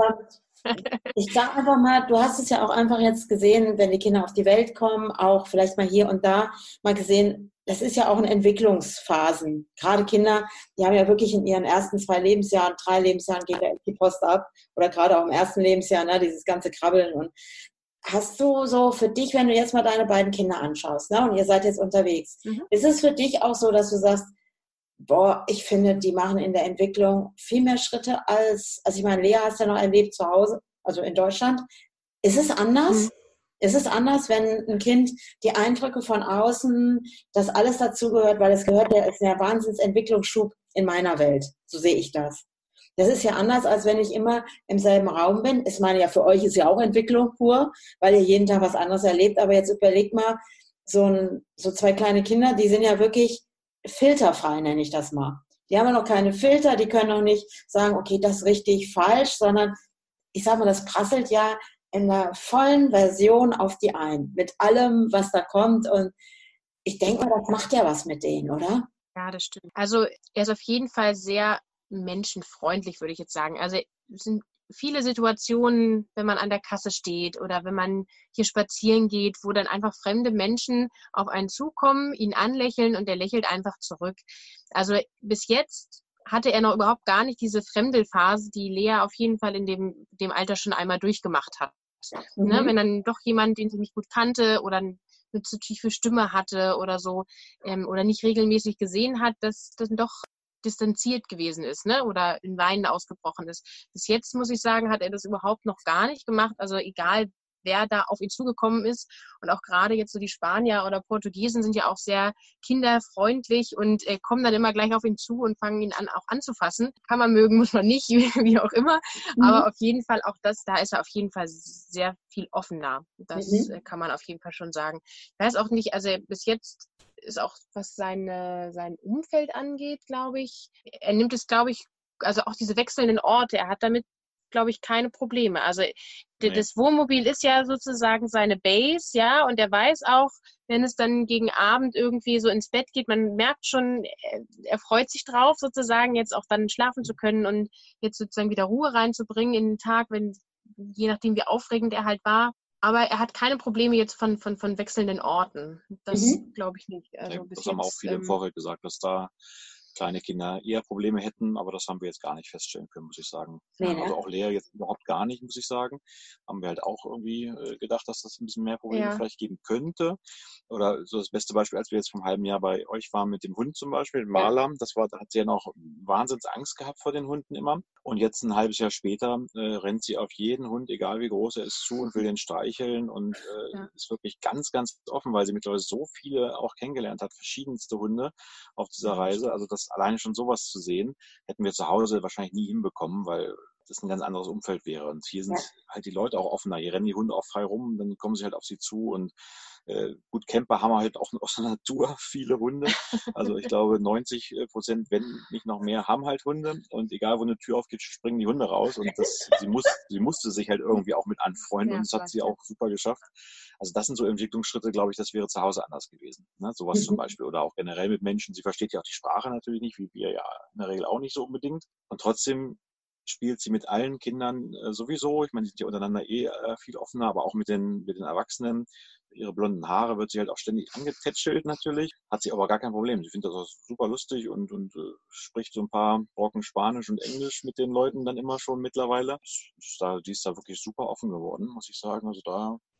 ähm, ich sage einfach mal, du hast es ja auch einfach jetzt gesehen, wenn die Kinder auf die Welt kommen, auch vielleicht mal hier und da mal gesehen, das ist ja auch in Entwicklungsphasen. Gerade Kinder, die haben ja wirklich in ihren ersten zwei Lebensjahren, drei Lebensjahren geht ja die Post ab. Oder gerade auch im ersten Lebensjahr, ne, dieses ganze Krabbeln. Und hast du so für dich, wenn du jetzt mal deine beiden Kinder anschaust, ne, und ihr seid jetzt unterwegs, Mhm. ist es für dich auch so, dass du sagst, boah, ich finde, die machen in der Entwicklung viel mehr Schritte als, also ich meine, Lea hast ja noch erlebt zu Hause, also in Deutschland. Ist es anders? Mhm. Ist es anders, wenn ein Kind die Eindrücke von außen, das alles dazugehört, weil es gehört ja, ist ja Wahnsinnsentwicklungsschub in meiner Welt. So sehe ich das. Das ist ja anders, als wenn ich immer im selben Raum bin. Ich meine, ja, für euch ist ja auch Entwicklung pur, weil ihr jeden Tag was anderes erlebt. Aber jetzt überlegt mal, so, ein, so zwei kleine Kinder, die sind ja wirklich filterfrei, nenne ich das mal. Die haben ja noch keine Filter, die können noch nicht sagen, okay, das ist richtig, falsch, sondern ich sage mal, das prasselt ja in der vollen Version auf die ein, mit allem, was da kommt. Und ich denke mal, das macht ja was mit denen, oder? Ja, das stimmt. Also er ist auf jeden Fall sehr menschenfreundlich, würde ich jetzt sagen. Also es sind viele Situationen, wenn man an der Kasse steht oder wenn man hier spazieren geht, wo dann einfach fremde Menschen auf einen zukommen, ihn anlächeln und er lächelt einfach zurück. Also bis jetzt hatte er noch überhaupt gar nicht diese Fremdelphase, die Lea auf jeden Fall in dem, dem Alter schon einmal durchgemacht hat. Mhm. Ne? Wenn dann doch jemand, den sie nicht gut kannte oder eine zu tiefe Stimme hatte oder so ähm, oder nicht regelmäßig gesehen hat, dass das doch distanziert gewesen ist, ne? Oder in Weinen ausgebrochen ist. Bis jetzt, muss ich sagen, hat er das überhaupt noch gar nicht gemacht. Also egal, wer da auf ihn zugekommen ist. Und auch gerade jetzt so die Spanier oder Portugiesen sind ja auch sehr kinderfreundlich und äh, kommen dann immer gleich auf ihn zu und fangen ihn an, auch anzufassen. Kann man mögen, muss man nicht, wie auch immer. Mhm. Aber auf jeden Fall auch das, da ist er auf jeden Fall sehr viel offener. Das Mhm. äh, kann man auf jeden Fall schon sagen. Ich weiß auch nicht, also bis jetzt ist auch, was seine, sein Umfeld angeht, glaube ich, er nimmt es, glaube ich, also auch diese wechselnden Orte, er hat damit, glaube ich, keine Probleme. Also nee. Das Wohnmobil ist ja sozusagen seine Base, ja, und er weiß auch, wenn es dann gegen Abend irgendwie so ins Bett geht, man merkt schon, er, er freut sich drauf, sozusagen jetzt auch dann schlafen zu können und jetzt sozusagen wieder Ruhe reinzubringen in den Tag, wenn, je nachdem wie aufregend er halt war. Aber er hat keine Probleme jetzt von, von, von wechselnden Orten. Das Mhm. glaube ich nicht. Also Nee, bis das haben auch jetzt, viele im ähm, Vorfeld gesagt, dass da kleine Kinder eher Probleme hätten, aber das haben wir jetzt gar nicht feststellen können, muss ich sagen. Nee, Also ne? auch Lea jetzt überhaupt gar nicht, muss ich sagen. Haben wir halt auch irgendwie äh, gedacht, dass das ein bisschen mehr Probleme ja. vielleicht geben könnte. Oder so das beste Beispiel, als wir jetzt vor einem halben Jahr bei euch waren mit dem Hund zum Beispiel, Ja. Marla, das war, da hat sie ja noch wahnsinns Angst gehabt vor den Hunden immer. Und jetzt ein halbes Jahr später äh, rennt sie auf jeden Hund, egal wie groß er ist, zu und will den streicheln und äh, Ja. ist wirklich ganz, ganz offen, weil sie mittlerweile so viele auch kennengelernt hat, verschiedenste Hunde auf dieser Reise. Also das alleine schon sowas zu sehen, hätten wir zu Hause wahrscheinlich nie hinbekommen, weil das ein ganz anderes Umfeld wäre. Und hier sind Ja. halt die Leute auch offener. Hier rennen die Hunde auch frei rum, dann kommen sie halt auf sie zu. Und äh, gut, Camper haben halt auch aus der Natur viele Hunde. Also ich glaube, neunzig Prozent, wenn nicht noch mehr, haben halt Hunde. Und egal, wo eine Tür aufgeht, springen die Hunde raus. Und das, sie, muss, sie musste sich halt irgendwie auch mit anfreunden. Ja, Und das hat sie auch super geschafft. Also das sind so Entwicklungsschritte, glaube ich, das wäre zu Hause anders gewesen. Ne? Sowas zum Mhm. Beispiel. Oder auch generell mit Menschen. Sie versteht ja auch die Sprache natürlich nicht, wie wir ja in der Regel auch nicht so unbedingt. Und trotzdem spielt sie mit allen Kindern äh, sowieso. Ich meine, die sind ja untereinander eh äh, viel offener, aber auch mit den, mit den Erwachsenen. Ihre blonden Haare wird sie halt auch ständig angetätschelt natürlich. Hat sie aber gar kein Problem. Sie findet das auch super lustig und, und äh, spricht so ein paar Brocken Spanisch und Englisch mit den Leuten dann immer schon mittlerweile. Ist da, die ist da wirklich super offen geworden, muss ich sagen. Also da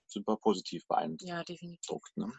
sind wir positiv beeindruckt. Ja, definitiv. Ne?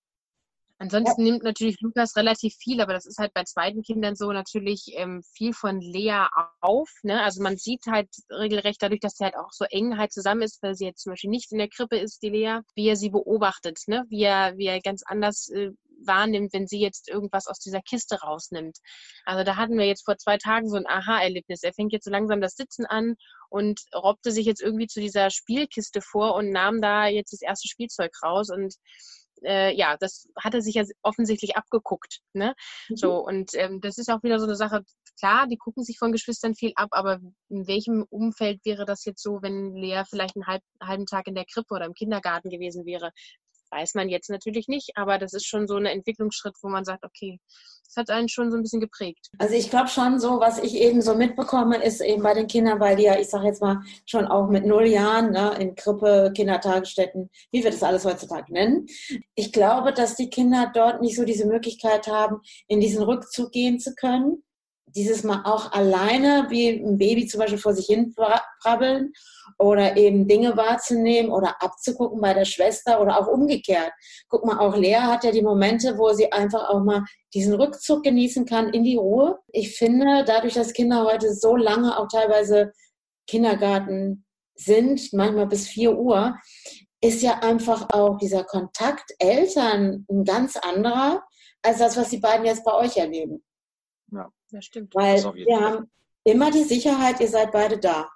Ansonsten ja. nimmt natürlich Lukas relativ viel, aber das ist halt bei zweiten Kindern so natürlich ähm, viel von Lea auf. Ne? Also man sieht halt regelrecht dadurch, dass sie halt auch so eng halt zusammen ist, weil sie jetzt zum Beispiel nicht in der Krippe ist, die Lea, wie er sie beobachtet, ne? wie, er, wie er ganz anders äh, wahrnimmt, wenn sie jetzt irgendwas aus dieser Kiste rausnimmt. Also da hatten wir jetzt vor zwei Tagen so ein Aha-Erlebnis. Er fängt jetzt so langsam das Sitzen an und robbte sich jetzt irgendwie zu dieser Spielkiste vor und nahm da jetzt das erste Spielzeug raus und Äh, ja, das hat er sich ja offensichtlich abgeguckt. Ne? Mhm. So, und ähm, das ist auch wieder so eine Sache, klar, die gucken sich von Geschwistern viel ab, aber in welchem Umfeld wäre das jetzt so, wenn Lea vielleicht einen halb, halben Tag in der Krippe oder im Kindergarten gewesen wäre? Weiß man jetzt natürlich nicht, aber das ist schon so ein Entwicklungsschritt, wo man sagt, okay, das hat einen schon so ein bisschen geprägt. Also ich glaube schon so, was ich eben so mitbekomme, ist eben bei den Kindern, weil die ja, ich sage jetzt mal, schon auch mit null Jahren ne, in Krippe, Kindertagesstätten, wie wir das alles heutzutage nennen. Ich glaube, dass die Kinder dort nicht so diese Möglichkeit haben, in diesen Rückzug gehen zu können. Dieses Mal auch alleine, wie ein Baby zum Beispiel vor sich hin brabbeln oder eben Dinge wahrzunehmen oder abzugucken bei der Schwester oder auch umgekehrt. Guck mal, auch Lea hat ja die Momente, wo sie einfach auch mal diesen Rückzug genießen kann in die Ruhe. Ich finde, dadurch, dass Kinder heute so lange auch teilweise Kindergarten sind, manchmal bis vier Uhr, ist ja einfach auch dieser Kontakt Eltern ein ganz anderer als das, was die beiden jetzt bei euch erleben. Ja, das stimmt. Weil das wir haben immer die Sicherheit, ihr seid beide da.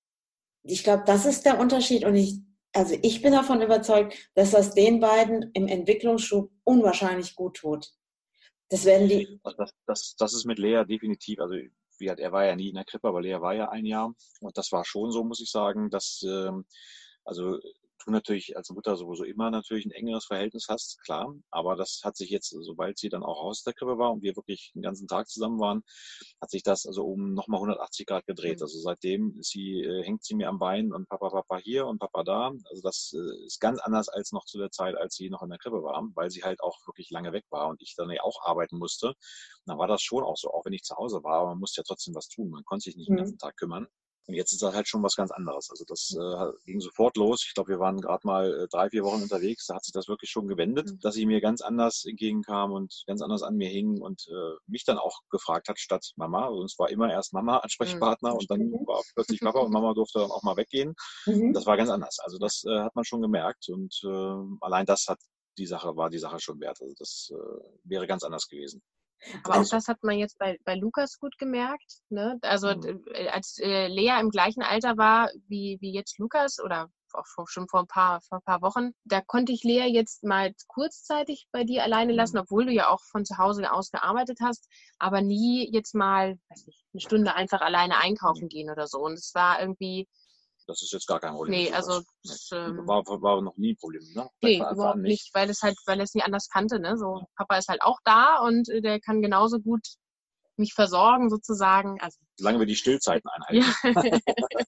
Ich glaube, das ist der Unterschied und ich, also ich bin davon überzeugt, dass das den beiden im Entwicklungsschub unwahrscheinlich gut tut. Das werden die. Also das, das, das ist mit Lea definitiv, also wie hat, er war ja nie in der Krippe, aber Lea war ja ein Jahr und das war schon so, muss ich sagen, dass ähm, also du natürlich als Mutter sowieso immer natürlich ein engeres Verhältnis hast, klar, aber das hat sich jetzt, sobald sie dann auch aus der Krippe war und wir wirklich den ganzen Tag zusammen waren, hat sich das also um nochmal hundertachtzig Grad gedreht. Also seitdem ist sie, äh, hängt sie mir am Bein und Papa, Papa hier und Papa da. Also das äh, ist ganz anders als noch zu der Zeit, als sie noch in der Krippe war, weil sie halt auch wirklich lange weg war und ich dann ja auch arbeiten musste. Und dann war das schon auch so, auch wenn ich zu Hause war, aber man musste ja trotzdem was tun. Man konnte sich nicht den ganzen Tag kümmern. Und jetzt ist das halt schon was ganz anderes. Also das äh, ging sofort los. Ich glaube, wir waren gerade mal äh, drei, vier Wochen unterwegs. Da hat sich das wirklich schon gewendet, mhm. dass sie mir ganz anders entgegenkam und ganz anders an mir hing und äh, mich dann auch gefragt hat statt Mama. Also es war immer erst Mama Ansprechpartner mhm. und dann war plötzlich Papa und Mama durfte dann auch mal weggehen. Mhm. Das war ganz anders. Also das äh, hat man schon gemerkt und äh, allein das hat die Sache, war die Sache schon wert. Also das äh, wäre ganz anders gewesen. Aber auch das hat man jetzt bei, bei Lukas gut gemerkt. Ne? Also mhm. als äh, Lea im gleichen Alter war wie, wie jetzt Lukas oder auch vor, schon vor ein, paar, vor ein paar Wochen, da konnte ich Lea jetzt mal kurzzeitig bei dir alleine lassen, mhm. obwohl du ja auch von zu Hause aus gearbeitet hast, aber nie jetzt mal, weiß nicht, eine Stunde einfach alleine einkaufen gehen oder so. Und es war irgendwie... Das ist jetzt gar kein Problem. Nee, also das, ähm, war, war noch nie ein Problem, ne? Nee, überhaupt nicht, weil es halt, weil es nie anders kannte, ne? So, ja. Papa ist halt auch da und äh, der kann genauso gut mich versorgen sozusagen. Also, solange wir die Stillzeiten einhalten.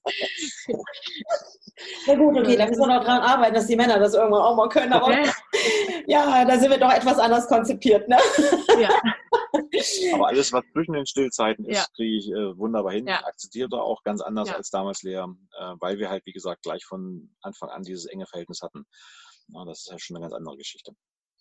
Ja. Na gut, okay, da müssen wir noch dran arbeiten, dass die Männer das irgendwann auch mal können. Aber ja, da sind wir doch etwas anders konzipiert, ne? Ja. Aber alles, was zwischen den Stillzeiten ist, ja. kriege ich äh, wunderbar hin. Ja. Akzeptiere da auch ganz anders ja. als damals Lea, äh, weil wir halt, wie gesagt, gleich von Anfang an dieses enge Verhältnis hatten. Ja, das ist halt schon eine ganz andere Geschichte.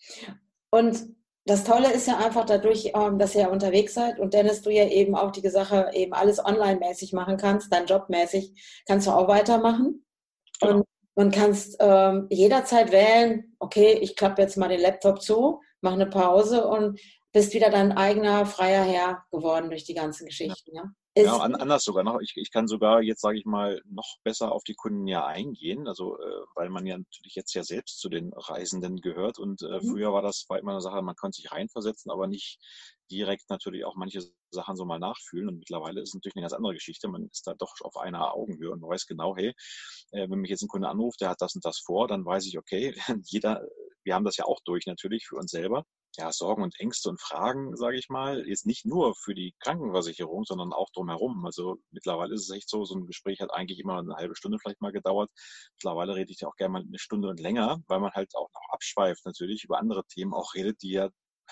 Und das Tolle ist ja einfach dadurch, ähm, dass ihr ja unterwegs seid und Dennis, du ja eben auch die Sache eben alles online-mäßig machen kannst, dann jobmäßig kannst du auch weitermachen. Genau. Und, und kannst ähm, jederzeit wählen, okay, ich klappe jetzt mal den Laptop zu, mache eine Pause und bist wieder dein eigener, freier Herr geworden durch die ganzen Geschichten. Ja, ja? ja an, anders sogar noch. Ich, ich kann sogar jetzt, sage ich mal, noch besser auf die Kunden ja eingehen, also äh, weil man ja natürlich jetzt ja selbst zu den Reisenden gehört und äh, mhm. früher war das war immer eine Sache, man konnte sich reinversetzen, aber nicht direkt natürlich auch manche Sachen so mal nachfühlen und mittlerweile ist es natürlich eine ganz andere Geschichte. Man ist da doch auf einer Augenhöhe und man weiß genau, hey, äh, wenn mich jetzt ein Kunde anruft, der hat das und das vor, dann weiß ich, okay, jeder, wir haben das ja auch durch natürlich für uns selber. Ja, Sorgen und Ängste und Fragen, sage ich mal, jetzt nicht nur für die Krankenversicherung, sondern auch drumherum. Also mittlerweile ist es echt so, so ein Gespräch hat eigentlich immer eine halbe Stunde vielleicht mal gedauert. Mittlerweile rede ich ja auch gerne mal eine Stunde und länger, weil man halt auch noch abschweift natürlich über andere Themen, auch redet, die ja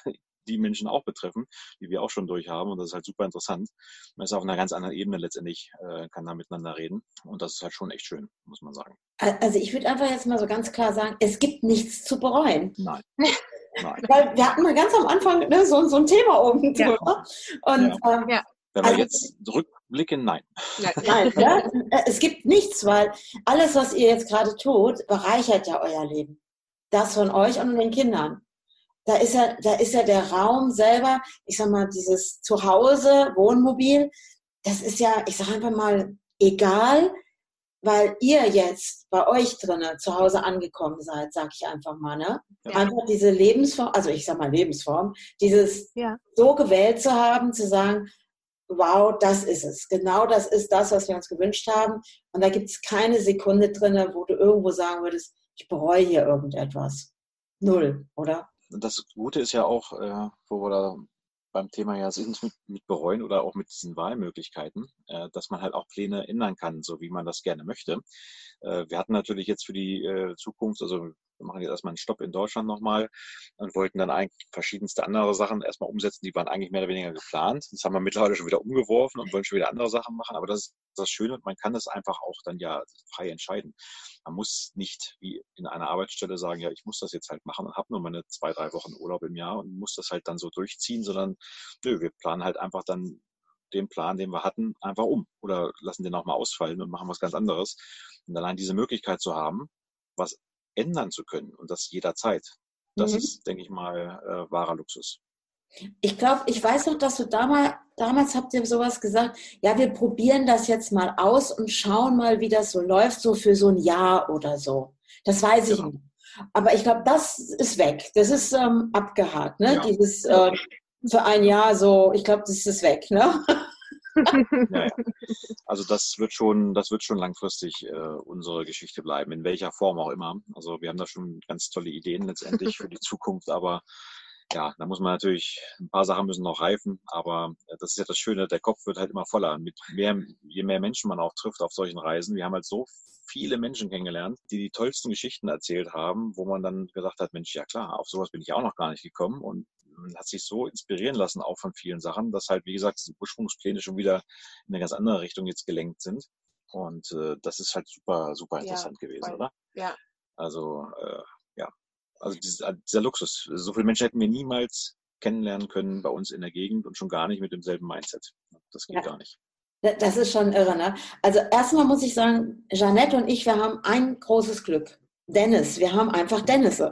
die Menschen auch betreffen, die wir auch schon durchhaben. Und das ist halt super interessant. Man ist auf einer ganz anderen Ebene letztendlich, äh, kann da miteinander reden. Und das ist halt schon echt schön, muss man sagen. Also ich würde einfach jetzt mal so ganz klar sagen, es gibt nichts zu bereuen. Nein. Nein. Weil wir hatten mal ganz am Anfang ne, so, so ein Thema oben drüber. Ja. Und, ja. Ähm, ja. Wenn wir also, jetzt zurückblicken, nein. Nein, ja? Es gibt nichts, weil alles, was ihr jetzt gerade tut, bereichert ja euer Leben. Das von euch und den Kindern. Da ist ja, da ist ja der Raum selber, ich sag mal, dieses Zuhause, Wohnmobil, das ist ja, ich sag einfach mal, egal, weil ihr jetzt bei euch drinnen zu Hause angekommen seid, sag ich einfach mal, ne? Ja. Einfach diese Lebensform, also ich sag mal Lebensform, dieses ja. so gewählt zu haben, zu sagen, wow, das ist es. Genau das ist das, was wir uns gewünscht haben. Und da gibt es keine Sekunde drin, wo du irgendwo sagen würdest, ich bereue hier irgendetwas. Null, oder? Das Gute ist ja auch, äh, wo wir da beim Thema ja sind mit, mit Bereuen oder auch mit diesen Wahlmöglichkeiten, äh, dass man halt auch Pläne ändern kann, so wie man das gerne möchte. Äh, wir hatten natürlich jetzt für die äh, Zukunft, also wir machen jetzt erstmal einen Stopp in Deutschland nochmal und wollten dann eigentlich verschiedenste andere Sachen erstmal umsetzen, die waren eigentlich mehr oder weniger geplant. Das haben wir mittlerweile schon wieder umgeworfen und wollen schon wieder andere Sachen machen, aber das ist das Schöne, man kann das einfach auch dann ja frei entscheiden. Man muss nicht wie in einer Arbeitsstelle sagen, ja, ich muss das jetzt halt machen und habe nur meine zwei, drei Wochen Urlaub im Jahr und muss das halt dann so durchziehen, sondern nö, wir planen halt einfach dann den Plan, den wir hatten, einfach um oder lassen den auch mal ausfallen und machen was ganz anderes. Und allein diese Möglichkeit zu haben, was ändern zu können und das jederzeit, das mhm. ist, denke ich mal, äh, wahrer Luxus. Ich glaube, ich weiß noch, dass du damals, damals habt ihr sowas gesagt, ja, wir probieren das jetzt mal aus und schauen mal, wie das so läuft, so für so ein Jahr oder so. Das weiß ich genau. nicht. Aber ich glaube, das ist weg. Das ist ähm, abgehakt, ne? Ja. Dieses äh, für ein Jahr so, ich glaube, das ist weg, ne? Ja, ja. Also das wird schon, das wird schon langfristig äh, unsere Geschichte bleiben, in welcher Form auch immer. Also wir haben da schon ganz tolle Ideen letztendlich für die Zukunft, aber ja, da muss man natürlich, ein paar Sachen müssen noch reifen, aber das ist ja das Schöne, der Kopf wird halt immer voller. Mit mehr, je mehr Menschen man auch trifft auf solchen Reisen, wir haben halt so viele Menschen kennengelernt, die die tollsten Geschichten erzählt haben, wo man dann gesagt hat, Mensch, ja klar, auf sowas bin ich auch noch gar nicht gekommen und man hat sich so inspirieren lassen, auch von vielen Sachen, dass halt, wie gesagt, diese Ursprungspläne schon wieder in eine ganz andere Richtung jetzt gelenkt sind. Und äh, das ist halt super, super interessant ja, gewesen, voll. Oder? Ja. Also, äh, ja. Also dieser, dieser Luxus. So viele Menschen hätten wir niemals kennenlernen können bei uns in der Gegend und schon gar nicht mit demselben Mindset. Das geht ja. gar nicht. Das ist schon irre, ne? Also erstmal muss ich sagen, Jeanette und ich, wir haben ein großes Glück. Dennis, wir haben einfach Dennisse.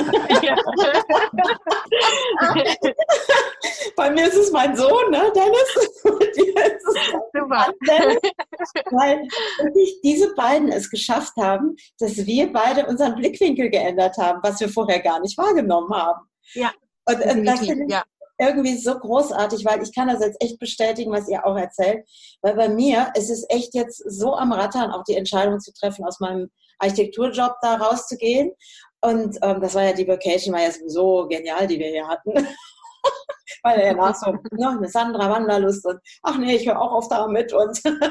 Bei mir ist es mein Sohn, ne, Dennis? Bei dir ist es Super. Dennis, weil wirklich diese beiden es geschafft haben, dass wir beide unseren Blickwinkel geändert haben, was wir vorher gar nicht wahrgenommen haben. Ja. Und äh, das finde ich ja. irgendwie so großartig, weil ich kann das jetzt echt bestätigen, was ihr auch erzählt. Weil bei mir ist es echt jetzt so am Rattern, auch die Entscheidung zu treffen, aus meinem Architekturjob da rauszugehen. Und ähm, das war ja die Vacation, war ja sowieso genial, die wir hier hatten. Weil er danach so, ne, eine Sandra Wanderlust und ach nee, ich höre auch auf damit. Und, und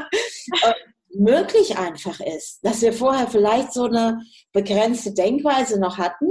möglich einfach ist, dass wir vorher vielleicht so eine begrenzte Denkweise noch hatten.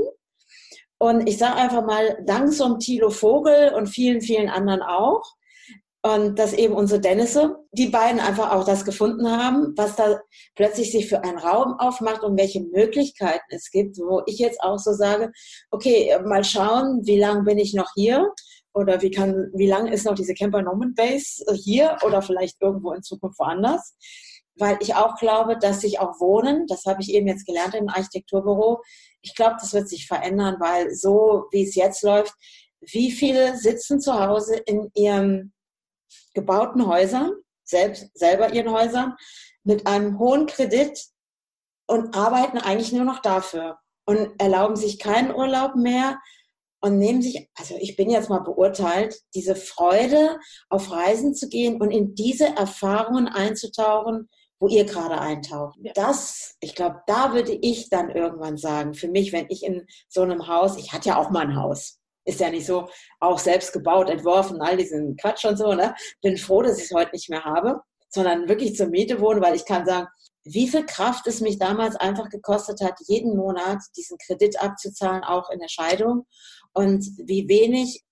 Und ich sage einfach mal, dank so einem Thilo Vogel und vielen, vielen anderen auch, und dass eben unsere Dennisse, die beiden einfach auch das gefunden haben, was da plötzlich sich für einen Raum aufmacht und welche Möglichkeiten es gibt, wo ich jetzt auch so sage, okay, mal schauen, wie lange bin ich noch hier oder wie kann, wie lange ist noch diese Camper Nomad Base hier oder vielleicht irgendwo in Zukunft woanders, weil ich auch glaube, dass sich auch Wohnen, das habe ich eben jetzt gelernt im Architekturbüro, ich glaube, das wird sich verändern, weil so wie es jetzt läuft, wie viele sitzen zu Hause in ihrem gebauten Häusern, selbst, selber ihren Häusern, mit einem hohen Kredit und arbeiten eigentlich nur noch dafür und erlauben sich keinen Urlaub mehr und nehmen sich, also ich bin jetzt mal beurteilt, diese Freude, auf Reisen zu gehen und in diese Erfahrungen einzutauchen, wo ihr gerade eintaucht. Das, ich glaube, da würde ich dann irgendwann sagen, für mich, wenn ich in so einem Haus, ich hatte ja auch mal ein Haus, ist ja nicht so, auch selbst gebaut, entworfen, all diesen Quatsch und so, ne? Bin froh, dass ich es heute nicht mehr habe, sondern wirklich zur Miete wohnen, weil ich kann sagen, wie viel Kraft es mich damals einfach gekostet hat, jeden Monat diesen Kredit abzuzahlen, auch in der Scheidung und wie wenig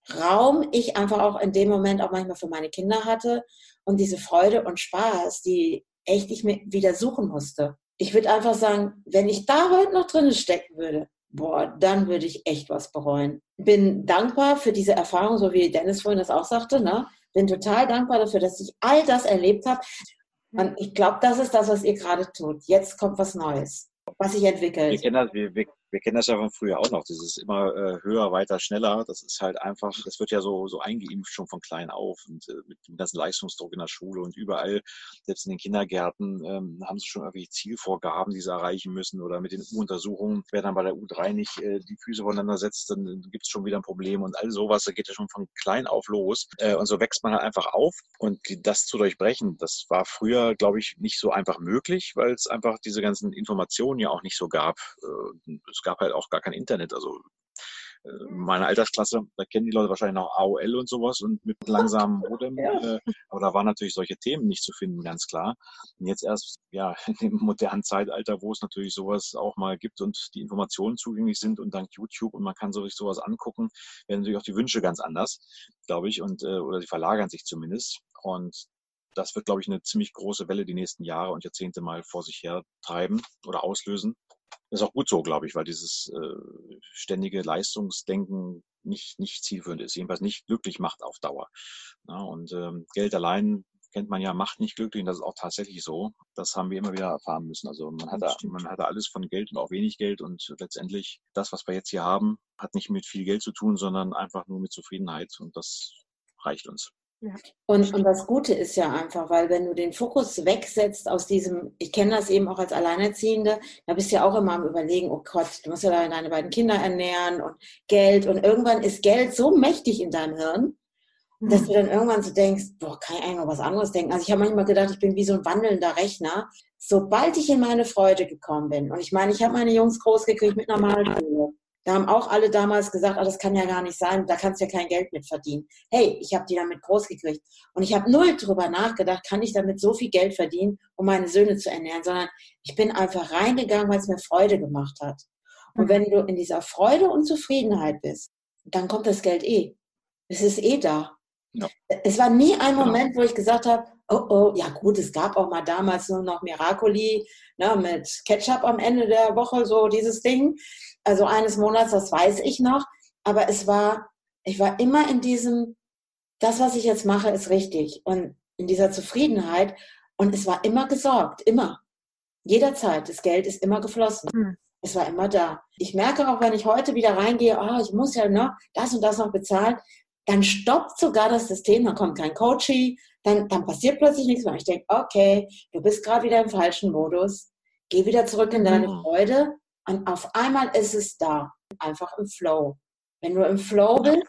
Raum ich einfach auch in dem Moment auch manchmal für meine Kinder hatte und diese Freude und Spaß, die echt ich mir wieder suchen musste. Ich würde einfach sagen, wenn ich da heute noch drin stecken würde, boah, dann würde ich echt was bereuen. Bin dankbar für diese Erfahrung, so wie Dennis vorhin das auch sagte, ne? Bin total dankbar dafür, dass ich all das erlebt habe. Und ich glaube, das ist das, was ihr gerade tut. Jetzt kommt was Neues, was sich entwickelt. Wir kennen das, wir, wir, wir kennen das ja von früher auch noch. Dieses immer äh, höher, weiter, schneller. Das ist halt einfach, das wird ja so, so eingeimpft schon von klein auf. Und äh, mit dem ganzen Leistungsdruck in der Schule und überall, selbst in den Kindergärten, ähm, haben sie schon irgendwelche Zielvorgaben, die sie erreichen müssen. Oder mit den U-Untersuchungen, wer dann bei der U drei nicht äh, die Füße voneinander setzt, dann gibt es schon wieder ein Problem. Und all sowas, da geht ja schon von klein auf los. Äh, und so wächst man halt einfach auf. Und die, das zu durchbrechen, das war früher, glaube ich, nicht so einfach möglich, weil es einfach diese ganzen Informationen ja auch nicht so gab. Äh, es gab halt auch gar kein Internet. Also äh, meine Altersklasse, da kennen die Leute wahrscheinlich noch A O L und sowas und mit langsamem Modem. Ja. Äh, aber da waren natürlich solche Themen nicht zu finden, ganz klar. Und jetzt erst ja in dem modernen Zeitalter, wo es natürlich sowas auch mal gibt und die Informationen zugänglich sind und dank YouTube und man kann sich sowas angucken, werden natürlich auch die Wünsche ganz anders, glaube ich, und äh, oder sie verlagern sich zumindest. Und das wird, glaube ich, eine ziemlich große Welle die nächsten Jahre und Jahrzehnte mal vor sich her treiben oder auslösen. Das ist auch gut so, glaube ich, weil dieses äh, ständige Leistungsdenken nicht, nicht zielführend ist, jedenfalls nicht glücklich macht auf Dauer. Ja, und ähm, Geld allein, kennt man ja, macht nicht glücklich und das ist auch tatsächlich so. Das haben wir immer wieder erfahren müssen. Also man hatte, man hatte alles von Geld und auch wenig Geld und letztendlich das, was wir jetzt hier haben, hat nicht mit viel Geld zu tun, sondern einfach nur mit Zufriedenheit und das reicht uns. Ja. Und, und das Gute ist ja einfach, weil wenn du den Fokus wegsetzt aus diesem, ich kenne das eben auch als Alleinerziehende, da bist du ja auch immer am Überlegen, oh Gott, du musst ja deine beiden Kinder ernähren und Geld und irgendwann ist Geld so mächtig in deinem Hirn, dass du dann irgendwann so denkst, boah, kann ich eigentlich noch was anderes denken? Also ich habe manchmal gedacht, ich bin wie so ein wandelnder Rechner. Sobald ich in meine Freude gekommen bin, und ich meine, ich habe meine Jungs groß gekriegt mit Normalschule, da haben auch alle damals gesagt, oh, das kann ja gar nicht sein, da kannst du ja kein Geld mit verdienen. Hey, ich habe die damit groß gekriegt. Und ich habe null drüber nachgedacht, kann ich damit so viel Geld verdienen, um meine Söhne zu ernähren, sondern ich bin einfach reingegangen, weil es mir Freude gemacht hat. Und mhm. wenn du in dieser Freude und Zufriedenheit bist, dann kommt das Geld eh. Es ist eh da. Ja. Es war nie ein Moment, genau. wo ich gesagt habe, oh, oh, ja gut, es gab auch mal damals nur noch Miracoli, ne, mit Ketchup am Ende der Woche, so dieses Ding. Also eines Monats, das weiß ich noch. Aber es war, ich war immer in diesem, das, was ich jetzt mache, ist richtig. Und in dieser Zufriedenheit. Und es war immer gesorgt, immer. Jederzeit. Das Geld ist immer geflossen. Hm. Es war immer da. Ich merke auch, wenn ich heute wieder reingehe, oh, ich muss ja noch das und das noch bezahlen, dann stoppt sogar das System, dann kommt kein Coaching, dann, dann passiert plötzlich nichts mehr. Ich denke, okay, du bist gerade wieder im falschen Modus, geh wieder zurück in deine mhm. Freude und auf einmal ist es da, einfach im Flow. Wenn du im Flow bist,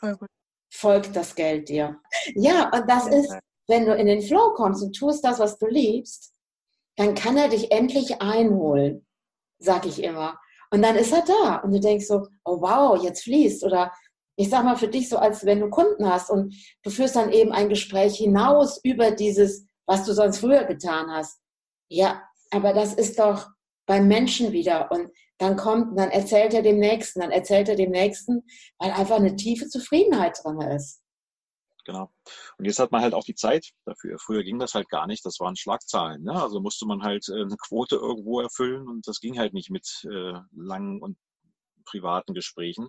folgt das Geld dir. Ja, und das ist, wenn du in den Flow kommst und tust das, was du liebst, dann kann er dich endlich einholen, sag ich immer. Und dann ist er da und du denkst so, oh wow, jetzt fließt oder ich sag mal für dich so, als wenn du Kunden hast und du führst dann eben ein Gespräch hinaus über dieses, was du sonst früher getan hast. Ja, aber das ist doch beim Menschen wieder. Und dann kommt, dann erzählt er dem Nächsten, dann erzählt er dem Nächsten, weil einfach eine tiefe Zufriedenheit drin ist. Genau. Und jetzt hat man halt auch die Zeit dafür. Früher ging das halt gar nicht. Das waren Schlagzahlen. Ne? Also musste man halt eine Quote irgendwo erfüllen und das ging halt nicht mit äh, langen und privaten Gesprächen.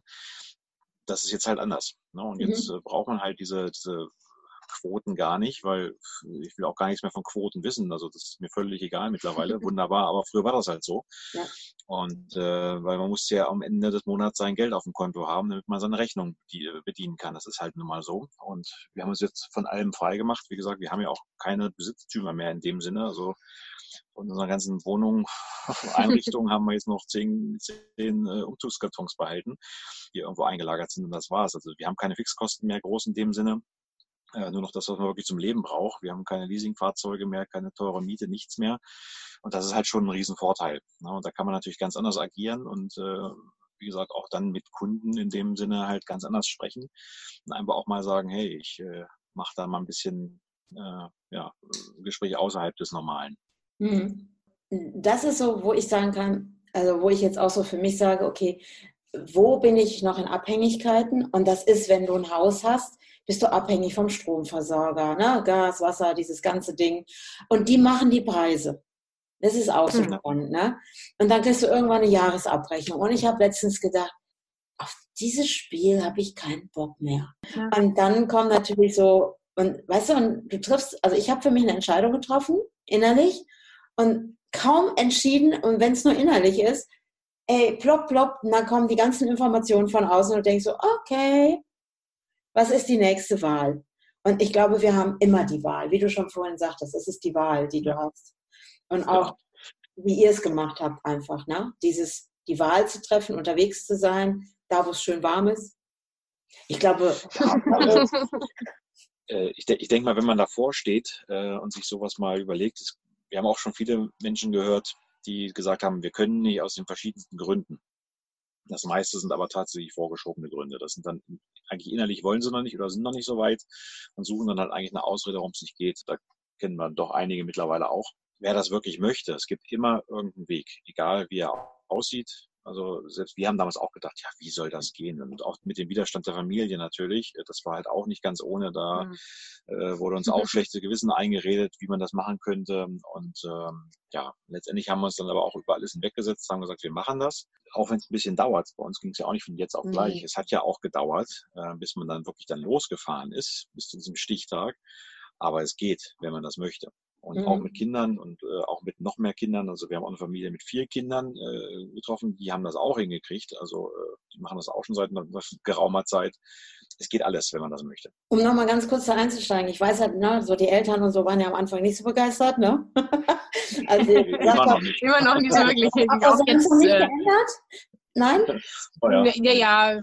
Das ist jetzt halt anders. Ne? Und jetzt mhm. äh, braucht man halt diese, diese Quoten gar nicht, weil ich will auch gar nichts mehr von Quoten wissen. Also das ist mir völlig egal mittlerweile. Wunderbar, aber früher war das halt so. Ja. Und äh, weil man musste ja am Ende des Monats sein Geld auf dem Konto haben, damit man seine Rechnung die, bedienen kann. Das ist halt nun mal so. Und wir haben uns jetzt von allem frei gemacht. Wie gesagt, wir haben ja auch keine Besitztümer mehr in dem Sinne. Also von unserer ganzen Wohnung, Einrichtung haben wir jetzt noch zehn, zehn äh, Umzugskartons behalten, die irgendwo eingelagert sind und das war's. Also wir haben keine Fixkosten mehr groß in dem Sinne. Äh, nur noch das, was man wirklich zum Leben braucht. Wir haben keine Leasingfahrzeuge mehr, keine teure Miete, nichts mehr. Und das ist halt schon ein Riesenvorteil. Ne? Und da kann man natürlich ganz anders agieren und äh, wie gesagt auch dann mit Kunden in dem Sinne halt ganz anders sprechen und einfach auch mal sagen, hey, ich äh, mache da mal ein bisschen äh, ja, Gespräche außerhalb des Normalen. Das ist so, wo ich sagen kann, also wo ich jetzt auch so für mich sage, okay, wo bin ich noch in Abhängigkeiten? Und das ist, wenn du ein Haus hast, bist du abhängig vom Stromversorger, ne? Gas, Wasser, dieses ganze Ding. Und die machen die Preise. Das ist auch so spannend, ne? Und dann kriegst du irgendwann eine Jahresabrechnung. Und ich habe letztens gedacht, auf dieses Spiel habe ich keinen Bock mehr. Ja. Und dann kommt natürlich so, und weißt du, und du triffst, also ich habe für mich eine Entscheidung getroffen, innerlich, und kaum entschieden, und wenn es nur innerlich ist, ey, plopp, plopp, und dann kommen die ganzen Informationen von außen und du denkst so, okay, was ist die nächste Wahl? Und ich glaube, wir haben immer die Wahl, wie du schon vorhin sagtest, es ist die Wahl, die du hast. Und auch, wie ihr es gemacht habt, einfach, ne? Dieses, die Wahl zu treffen, unterwegs zu sein, da wo es schön warm ist. Ich glaube, ich, de- ich denke mal, wenn man davor steht äh, und sich sowas mal überlegt, es, wir haben auch schon viele Menschen gehört, die gesagt haben, wir können nicht aus den verschiedensten Gründen. Das meiste sind aber tatsächlich vorgeschobene Gründe. Das sind dann eigentlich innerlich wollen sie noch nicht oder sind noch nicht so weit und suchen dann halt eigentlich eine Ausrede, warum es nicht geht. Da kennen wir doch einige mittlerweile auch. Wer das wirklich möchte, es gibt immer irgendeinen Weg, egal wie er aussieht. Also selbst wir haben damals auch gedacht, ja, wie soll das gehen? Und auch mit dem Widerstand der Familie natürlich, das war halt auch nicht ganz ohne. Da mhm. äh, wurde uns auch schlechte Gewissen eingeredet, wie man das machen könnte. Und ähm, ja, letztendlich haben wir uns dann aber auch über alles hinweggesetzt, haben gesagt, wir machen das. Auch wenn es ein bisschen dauert. Bei uns ging es ja auch nicht von jetzt auf gleich. Nee. Es hat ja auch gedauert, äh, bis man dann wirklich dann losgefahren ist, bis zu diesem Stichtag. Aber es geht, wenn man das möchte. Und mhm. auch mit Kindern und äh, auch mit noch mehr Kindern. Also wir haben auch eine Familie mit vier Kindern äh, getroffen, die haben das auch hingekriegt. Also äh, die machen das auch schon seit einer geraumer Zeit. Es geht alles, wenn man das möchte. Um nochmal ganz kurz da einzusteigen. Ich weiß halt, ne, so die Eltern und so waren ja am Anfang nicht so begeistert, ne? Also immer noch nicht. Immer noch nicht so wirklich. Auch jetzt nicht äh, geändert? Nein? Oh ja. ja, ja.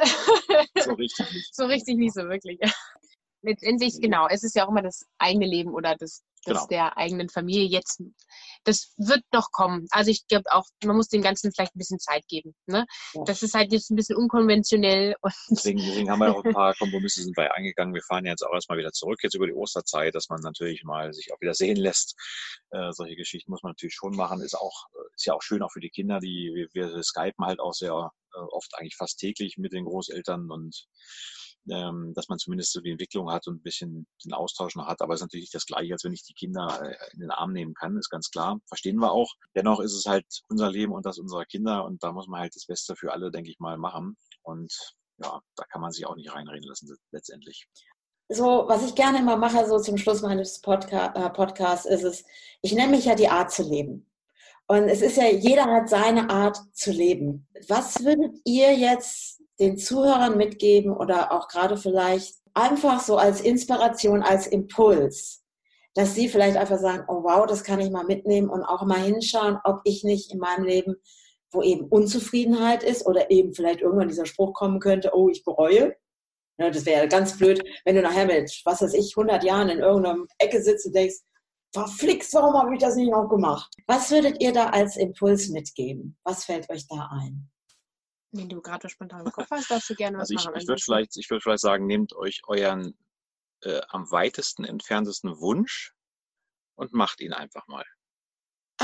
So richtig nicht. So richtig nicht so wirklich. Letztendlich, genau, es ist ja auch immer das eigene Leben oder das, das genau. der eigenen Familie jetzt. Das wird noch kommen. Also ich glaube auch, man muss dem Ganzen vielleicht ein bisschen Zeit geben. Ne? Ja. Das ist halt jetzt ein bisschen unkonventionell. Und deswegen, deswegen haben wir auch ein paar Kompromisse sind wir eingegangen. Wir fahren jetzt auch erstmal wieder zurück, jetzt über die Osterzeit, dass man natürlich mal sich auch wieder sehen lässt. Äh, solche Geschichten muss man natürlich schon machen. Ist auch, ist ja auch schön auch für die Kinder, die wir, wir skypen halt auch sehr äh, oft eigentlich fast täglich mit den Großeltern und Ähm, dass man zumindest so die Entwicklung hat und ein bisschen den Austausch noch hat. Aber es ist natürlich nicht das Gleiche, als wenn ich die Kinder äh, in den Arm nehmen kann, ist ganz klar. Verstehen wir auch. Dennoch ist es halt unser Leben und das unserer Kinder und da muss man halt das Beste für alle, denke ich mal, machen. Und ja, da kann man sich auch nicht reinreden lassen letztendlich. So, was ich gerne immer mache, so zum Schluss meines Podca- äh, Podcasts, ist es, ich nenne mich ja die Art zu leben. Und es ist ja, jeder hat seine Art zu leben. Was würdet ihr jetzt den Zuhörern mitgeben oder auch gerade vielleicht einfach so als Inspiration, als Impuls, dass sie vielleicht einfach sagen, oh wow, das kann ich mal mitnehmen und auch mal hinschauen, ob ich nicht in meinem Leben, wo eben Unzufriedenheit ist oder eben vielleicht irgendwann dieser Spruch kommen könnte, oh, ich bereue. Ja, das wäre ja ganz blöd, wenn du nachher mit, was weiß ich, hundert Jahren in irgendeiner Ecke sitzt und denkst, verflixt, warum habe ich das nicht noch gemacht? Was würdet ihr da als Impuls mitgeben? Was fällt euch da ein? Wenn du gerade spontan im Kopf hast, darfst du gerne was also ich, machen. Ich würde vielleicht, ich würde vielleicht sagen, nehmt euch euren äh, am weitesten entferntesten Wunsch und macht ihn einfach mal. Ah.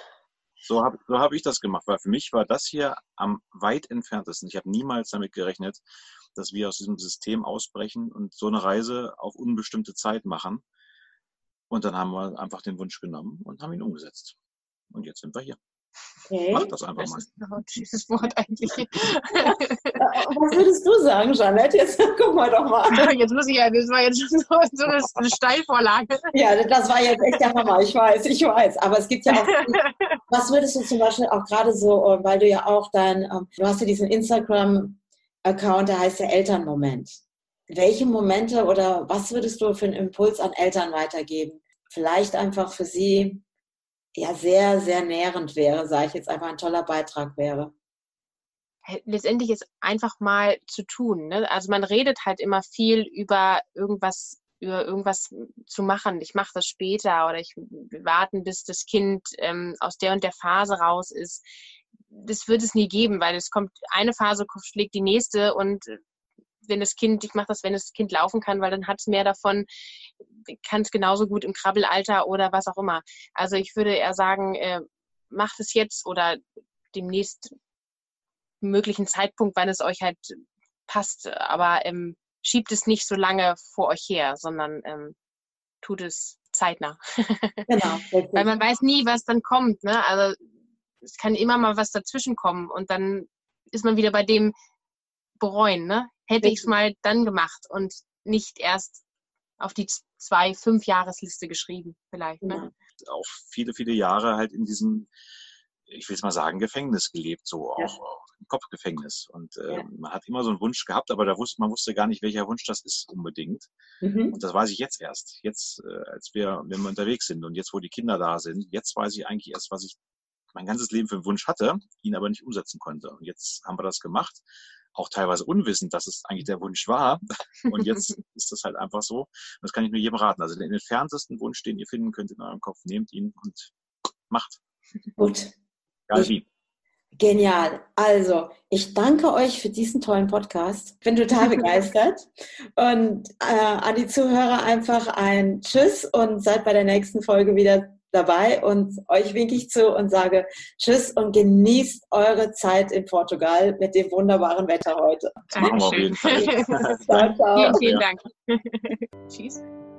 So habe so hab ich das gemacht, weil für mich war das hier am weit entferntesten. Ich habe niemals damit gerechnet, dass wir aus diesem System ausbrechen und so eine Reise auf unbestimmte Zeit machen. Und dann haben wir einfach den Wunsch genommen und haben ihn umgesetzt. Und jetzt sind wir hier. Okay. Mach das einfach das mal. Das ist ein süßes Wort eigentlich. Was würdest du sagen, Jeanette? Jetzt guck mal doch mal. Jetzt muss ich ja, das war jetzt schon so, so eine, eine Steilvorlage. Ja, das war jetzt echt der Hammer. Ich weiß, ich weiß. Aber es gibt ja auch, was würdest du zum Beispiel auch gerade so, weil du ja auch dein, du hast ja diesen Instagram-Account, der heißt ja Elternmoment. Welche Momente oder was würdest du für einen Impuls an Eltern weitergeben? Vielleicht einfach für sie ja sehr, sehr nährend wäre, sage ich jetzt einfach, ein toller Beitrag wäre. Letztendlich ist einfach mal zu tun. Ne? Also man redet halt immer viel über irgendwas, über irgendwas zu machen. Ich mache das später oder ich warten, bis das Kind ähm, aus der und der Phase raus ist. Das wird es nie geben, weil es kommt, eine Phase schlägt die nächste und wenn das Kind, ich mache das, wenn das Kind laufen kann, weil dann hat es mehr davon, kann es genauso gut im Krabbelalter oder was auch immer. Also ich würde eher sagen, äh, macht es jetzt oder demnächst möglichen Zeitpunkt, wann es euch halt passt. Aber ähm, schiebt es nicht so lange vor euch her, sondern ähm, tut es zeitnah. Genau. Weil man weiß nie, was dann kommt. Ne? Also es kann immer mal was dazwischen kommen und dann ist man wieder bei dem Bereuen. Ne? Hätte ich es mal dann gemacht und nicht erst auf die zwei, fünf Jahresliste geschrieben vielleicht. Ne? Ja. Auch viele, viele Jahre halt in diesem, ich will es mal sagen, Gefängnis gelebt, so auch, ja. auch im Kopfgefängnis. Und äh, ja. man hat immer so einen Wunsch gehabt, aber da wusste, man wusste gar nicht, welcher Wunsch das ist unbedingt. Mhm. Und das weiß ich jetzt erst. Jetzt, äh, als wir, wenn wir unterwegs sind und jetzt, wo die Kinder da sind, jetzt weiß ich eigentlich erst, was ich mein ganzes Leben für einen Wunsch hatte, ihn aber nicht umsetzen konnte. Und jetzt haben wir das gemacht, auch teilweise unwissend, dass es eigentlich der Wunsch war. Und jetzt ist das halt einfach so. Und das kann ich nur jedem raten. Also den entferntesten Wunsch, den ihr finden könnt in eurem Kopf, nehmt ihn und macht. Gut. Egal wie. Genial. Also, ich danke euch für diesen tollen Podcast. Bin total begeistert. Und äh, an die Zuhörer einfach ein Tschüss und seid bei der nächsten Folge wieder dabei. Und euch winke ich zu und sage Tschüss und genießt eure Zeit in Portugal mit dem wunderbaren Wetter heute. Dankeschön. Ciao, ciao. Vielen, vielen Dank. Tschüss.